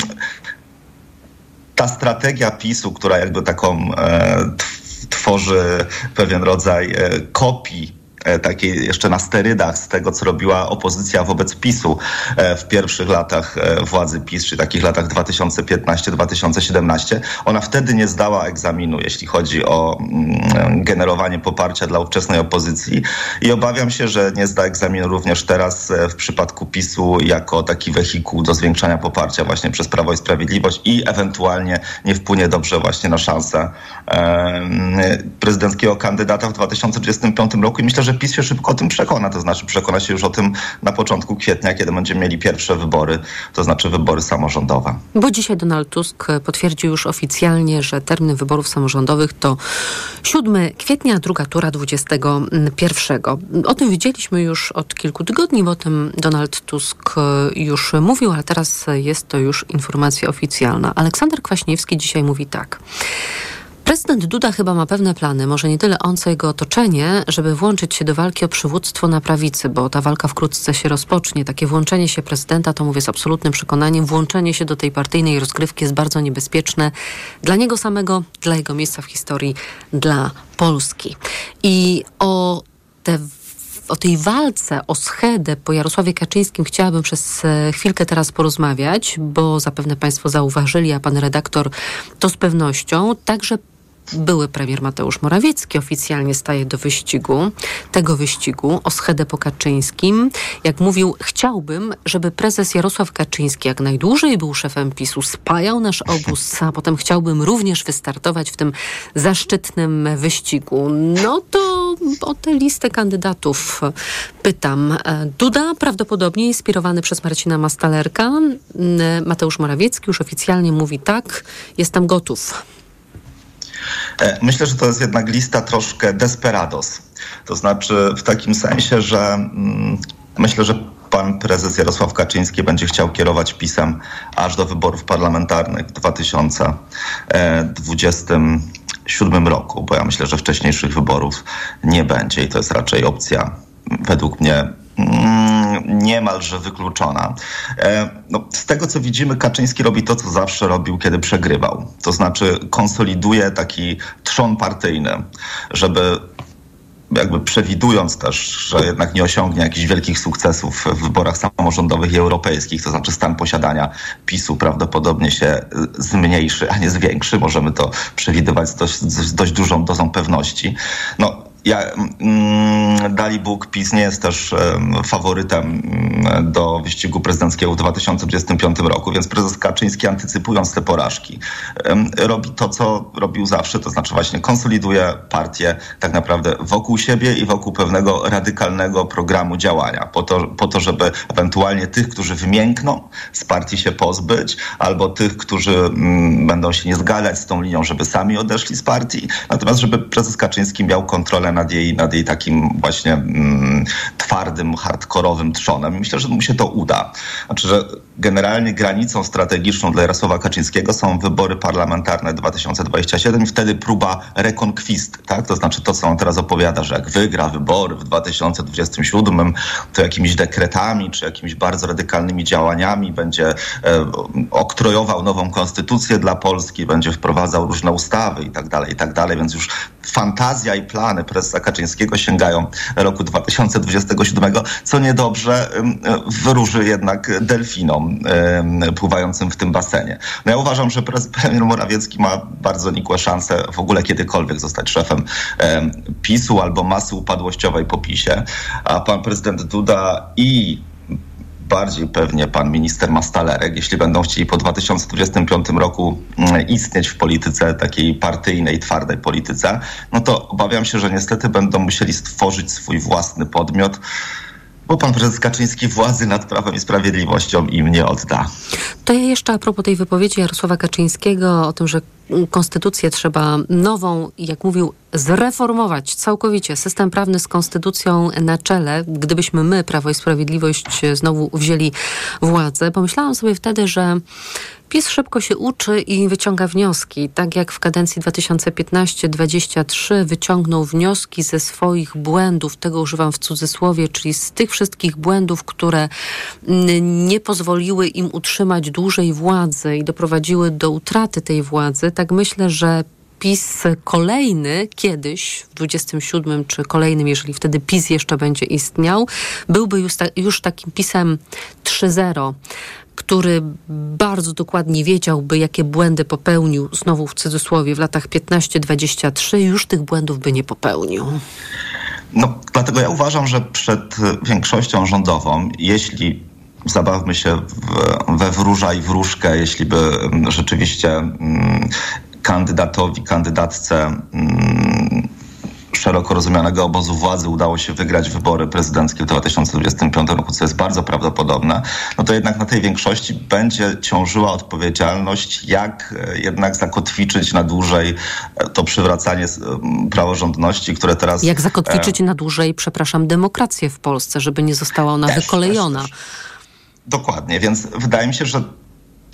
ta strategia PiS-u, która jakby taką tworzy pewien rodzaj kopii takiej jeszcze na sterydach z tego, co robiła opozycja wobec PiS-u w pierwszych latach władzy PiS, czy takich latach 2015-2017. Ona wtedy nie zdała egzaminu, jeśli chodzi o generowanie poparcia dla ówczesnej opozycji i obawiam się, że nie zda egzaminu również teraz w przypadku PiS-u jako taki wehikuł do zwiększania poparcia właśnie przez Prawo i Sprawiedliwość i ewentualnie nie wpłynie dobrze właśnie na szansę prezydenckiego kandydata w 2025 roku i myślę, że PiS się szybko o tym przekona, to znaczy przekona się już o tym na początku kwietnia, kiedy będziemy mieli pierwsze wybory, to znaczy wybory samorządowe. Bo dzisiaj Donald Tusk potwierdził już oficjalnie, że termin wyborów samorządowych to 7 kwietnia, druga tura 21. O tym wiedzieliśmy już od kilku tygodni, bo o tym Donald Tusk już mówił, ale teraz jest to już informacja oficjalna. Aleksander Kwaśniewski dzisiaj mówi tak. Prezydent Duda chyba ma pewne plany, może nie tyle on, co jego otoczenie, żeby włączyć się do walki o przywództwo na prawicy, bo ta walka wkrótce się rozpocznie. Takie włączenie się prezydenta, to mówię z absolutnym przekonaniem, włączenie się do tej partyjnej rozgrywki jest bardzo niebezpieczne dla niego samego, dla jego miejsca w historii, dla Polski. I o tej walce o schedę po Jarosławie Kaczyńskim chciałabym przez chwilkę teraz porozmawiać, bo zapewne państwo zauważyli, a pan redaktor to z pewnością, także były premier Mateusz Morawiecki oficjalnie staje do tego wyścigu o schedę po Kaczyńskim. Jak mówił, chciałbym, żeby prezes Jarosław Kaczyński jak najdłużej był szefem PiS-u, spajał nasz obóz, a potem chciałbym również wystartować w tym zaszczytnym wyścigu. No to o tę listę kandydatów pytam. Duda, prawdopodobnie inspirowany przez Marcina Mastalerka. Mateusz Morawiecki już oficjalnie mówi tak, jestem gotów. Myślę, że to jest jednak lista troszkę desperados. To znaczy w takim sensie, że myślę, że pan prezes Jarosław Kaczyński będzie chciał kierować PiS-em aż do wyborów parlamentarnych w 2027 roku, bo ja myślę, że wcześniejszych wyborów nie będzie i to jest raczej opcja według mnie niemalże wykluczona. Z tego, co widzimy, Kaczyński robi to, co zawsze robił, kiedy przegrywał. To znaczy konsoliduje taki trzon partyjny, żeby jakby przewidując też, że jednak nie osiągnie jakichś wielkich sukcesów w wyborach samorządowych i europejskich, to znaczy stan posiadania PiS-u prawdopodobnie się zmniejszy, a nie zwiększy. Możemy to przewidywać z dość dużą dozą pewności. Dali Bóg, PiS nie jest też faworytem do wyścigu prezydenckiego w 2025 roku, więc prezes Kaczyński, antycypując te porażki, robi to, co robił zawsze, to znaczy właśnie konsoliduje partię tak naprawdę wokół siebie i wokół pewnego radykalnego programu działania, po to, żeby ewentualnie tych, którzy wymiękną, z partii się pozbyć, albo tych, którzy będą się nie zgadzać z tą linią, żeby sami odeszli z partii, natomiast żeby prezes Kaczyński miał kontrolę nad jej takim właśnie twardym, hardkorowym trzonem. I myślę, że mu się to uda. Znaczy, że generalnie granicą strategiczną dla Jarosława Kaczyńskiego są wybory parlamentarne 2027 i wtedy próba rekonkwisty, tak? To znaczy to, co on teraz opowiada, że jak wygra wybory w 2027, to jakimiś dekretami, czy jakimiś bardzo radykalnymi działaniami będzie oktrojował nową konstytucję dla Polski, będzie wprowadzał różne ustawy i tak dalej, więc już fantazja i plany prezesa Kaczyńskiego sięgają roku 2027, co niedobrze wróży jednak delfinom pływającym w tym basenie. Ja uważam, że premier Morawiecki ma bardzo nikłe szanse w ogóle kiedykolwiek zostać szefem PiS-u albo masy upadłościowej po PiS-ie, a pan prezydent Duda i bardziej pewnie pan minister Mastalerek, jeśli będą chcieli po 2025 roku istnieć w polityce, takiej partyjnej, twardej polityce, no to obawiam się, że niestety będą musieli stworzyć swój własny podmiot, bo pan prezes Kaczyński władzy nad Prawem i Sprawiedliwością im nie odda. To ja jeszcze a propos tej wypowiedzi Jarosława Kaczyńskiego o tym, że konstytucję trzeba nową, jak mówił, zreformować całkowicie system prawny z konstytucją na czele. Gdybyśmy my, Prawo i Sprawiedliwość, znowu wzięli władzę, pomyślałam sobie wtedy, że PiS szybko się uczy i wyciąga wnioski. Tak jak w kadencji 2015-23 wyciągnął wnioski ze swoich błędów, tego używam w cudzysłowie, czyli z tych wszystkich błędów, które nie pozwoliły im utrzymać dłużej władzy i doprowadziły do utraty tej władzy. Tak myślę, że PiS kolejny kiedyś, w 27 czy kolejnym, jeżeli wtedy PiS jeszcze będzie istniał, byłby już takim PiS-em 3.0, który bardzo dokładnie wiedziałby, jakie błędy popełnił, znowu w cudzysłowie, w latach 15-23, już tych błędów by nie popełnił. Dlatego ja uważam, że przed większością rządową, jeśli zabawmy się we wróża i wróżkę, jeśli by rzeczywiście kandydatce szeroko rozumianego obozu władzy udało się wygrać wybory prezydenckie w 2025 roku, co jest bardzo prawdopodobne, no to jednak na tej większości będzie ciążyła odpowiedzialność, jak jednak zakotwiczyć na dłużej to przywracanie praworządności, które teraz... Jak zakotwiczyć na dłużej, demokrację w Polsce, żeby nie została ona wykolejona. Dokładnie, więc wydaje mi się, że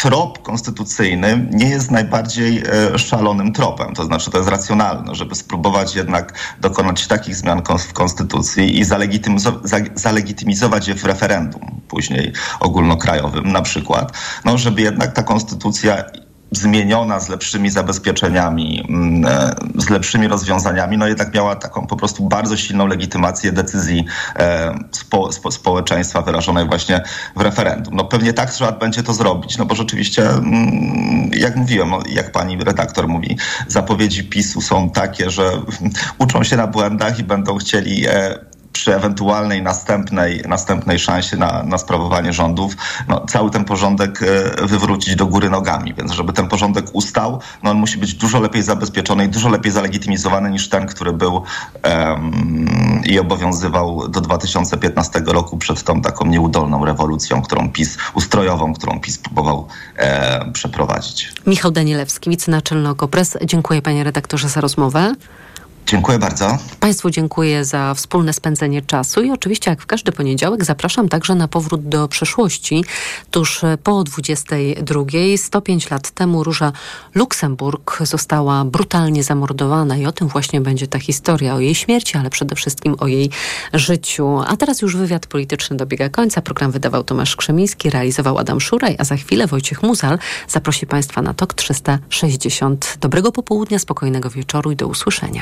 trop konstytucyjny nie jest najbardziej szalonym tropem. To znaczy, to jest racjonalne, żeby spróbować jednak dokonać takich zmian w konstytucji i zalegitymizować je w referendum później ogólnokrajowym na przykład, no żeby jednak ta konstytucja zmieniona z lepszymi zabezpieczeniami, z lepszymi rozwiązaniami, no jednak miała taką po prostu bardzo silną legitymację decyzji społeczeństwa wyrażonej właśnie w referendum. No pewnie tak trzeba będzie to zrobić, no bo rzeczywiście, jak mówiłem, no, jak pani redaktor mówi, zapowiedzi PiS-u są takie, że uczą się na błędach i będą chcieli przy ewentualnej następnej szansie na sprawowanie rządów, no, cały ten porządek wywrócić do góry nogami. Więc żeby ten porządek ustał, no, on musi być dużo lepiej zabezpieczony i dużo lepiej zalegitymizowany niż ten, który był i obowiązywał do 2015 roku przed tą taką nieudolną rewolucją, którą PiS próbował przeprowadzić. Michał Danielewski, wicenaczelny OKO.press. Dziękuję panie redaktorze za rozmowę. Dziękuję bardzo. Państwu dziękuję za wspólne spędzenie czasu i oczywiście jak w każdy poniedziałek zapraszam także na powrót do przeszłości. Tuż po 22. 105 lat temu Róża Luksemburg została brutalnie zamordowana i o tym właśnie będzie ta historia, o jej śmierci, ale przede wszystkim o jej życiu. A teraz już wywiad polityczny dobiega końca. Program wydawał Tomasz Krzemiński, realizował Adam Szuraj, a za chwilę Wojciech Muzal zaprosi Państwa na TOK 360. Dobrego popołudnia, spokojnego wieczoru i do usłyszenia.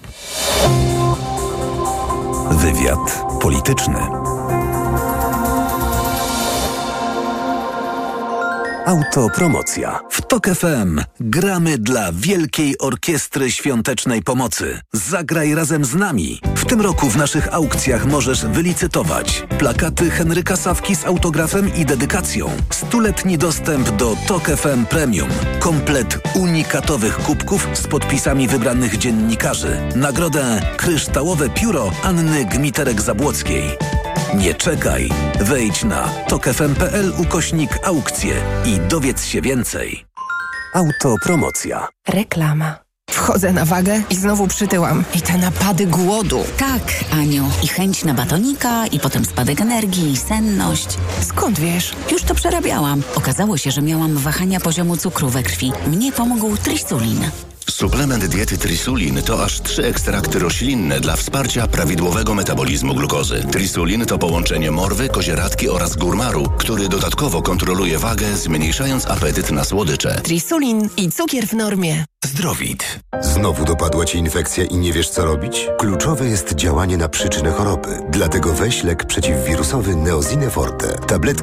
Wywiad polityczny. Autopromocja. W TOK FM gramy dla Wielkiej Orkiestry Świątecznej Pomocy. Zagraj razem z nami. W tym roku w naszych aukcjach możesz wylicytować plakaty Henryka Sawki z autografem i dedykacją, 100-letni dostęp do TOK FM Premium, komplet unikatowych kubków z podpisami wybranych dziennikarzy, nagrodę Kryształowe Pióro Anny Gmiterek-Zabłockiej. Nie czekaj. Wejdź na tokfm.pl/aukcje i dowiedz się więcej. Autopromocja. Reklama. Wchodzę na wagę i znowu przytyłam. I te napady głodu. Tak, Aniu. I chęć na batonika, i potem spadek energii, i senność. Skąd wiesz? Już to przerabiałam. Okazało się, że miałam wahania poziomu cukru we krwi. Mnie pomógł Trisulin. Suplement diety Trisulin to aż 3 ekstrakty roślinne dla wsparcia prawidłowego metabolizmu glukozy. Trisulin to połączenie morwy, kozieradki oraz górmaru, który dodatkowo kontroluje wagę, zmniejszając apetyt na słodycze. Trisulin i cukier w normie. Zdrowit. Znowu dopadła Ci infekcja i nie wiesz co robić? Kluczowe jest działanie na przyczynę choroby. Dlatego weź lek przeciwwirusowy Neosine Forte. Tabletki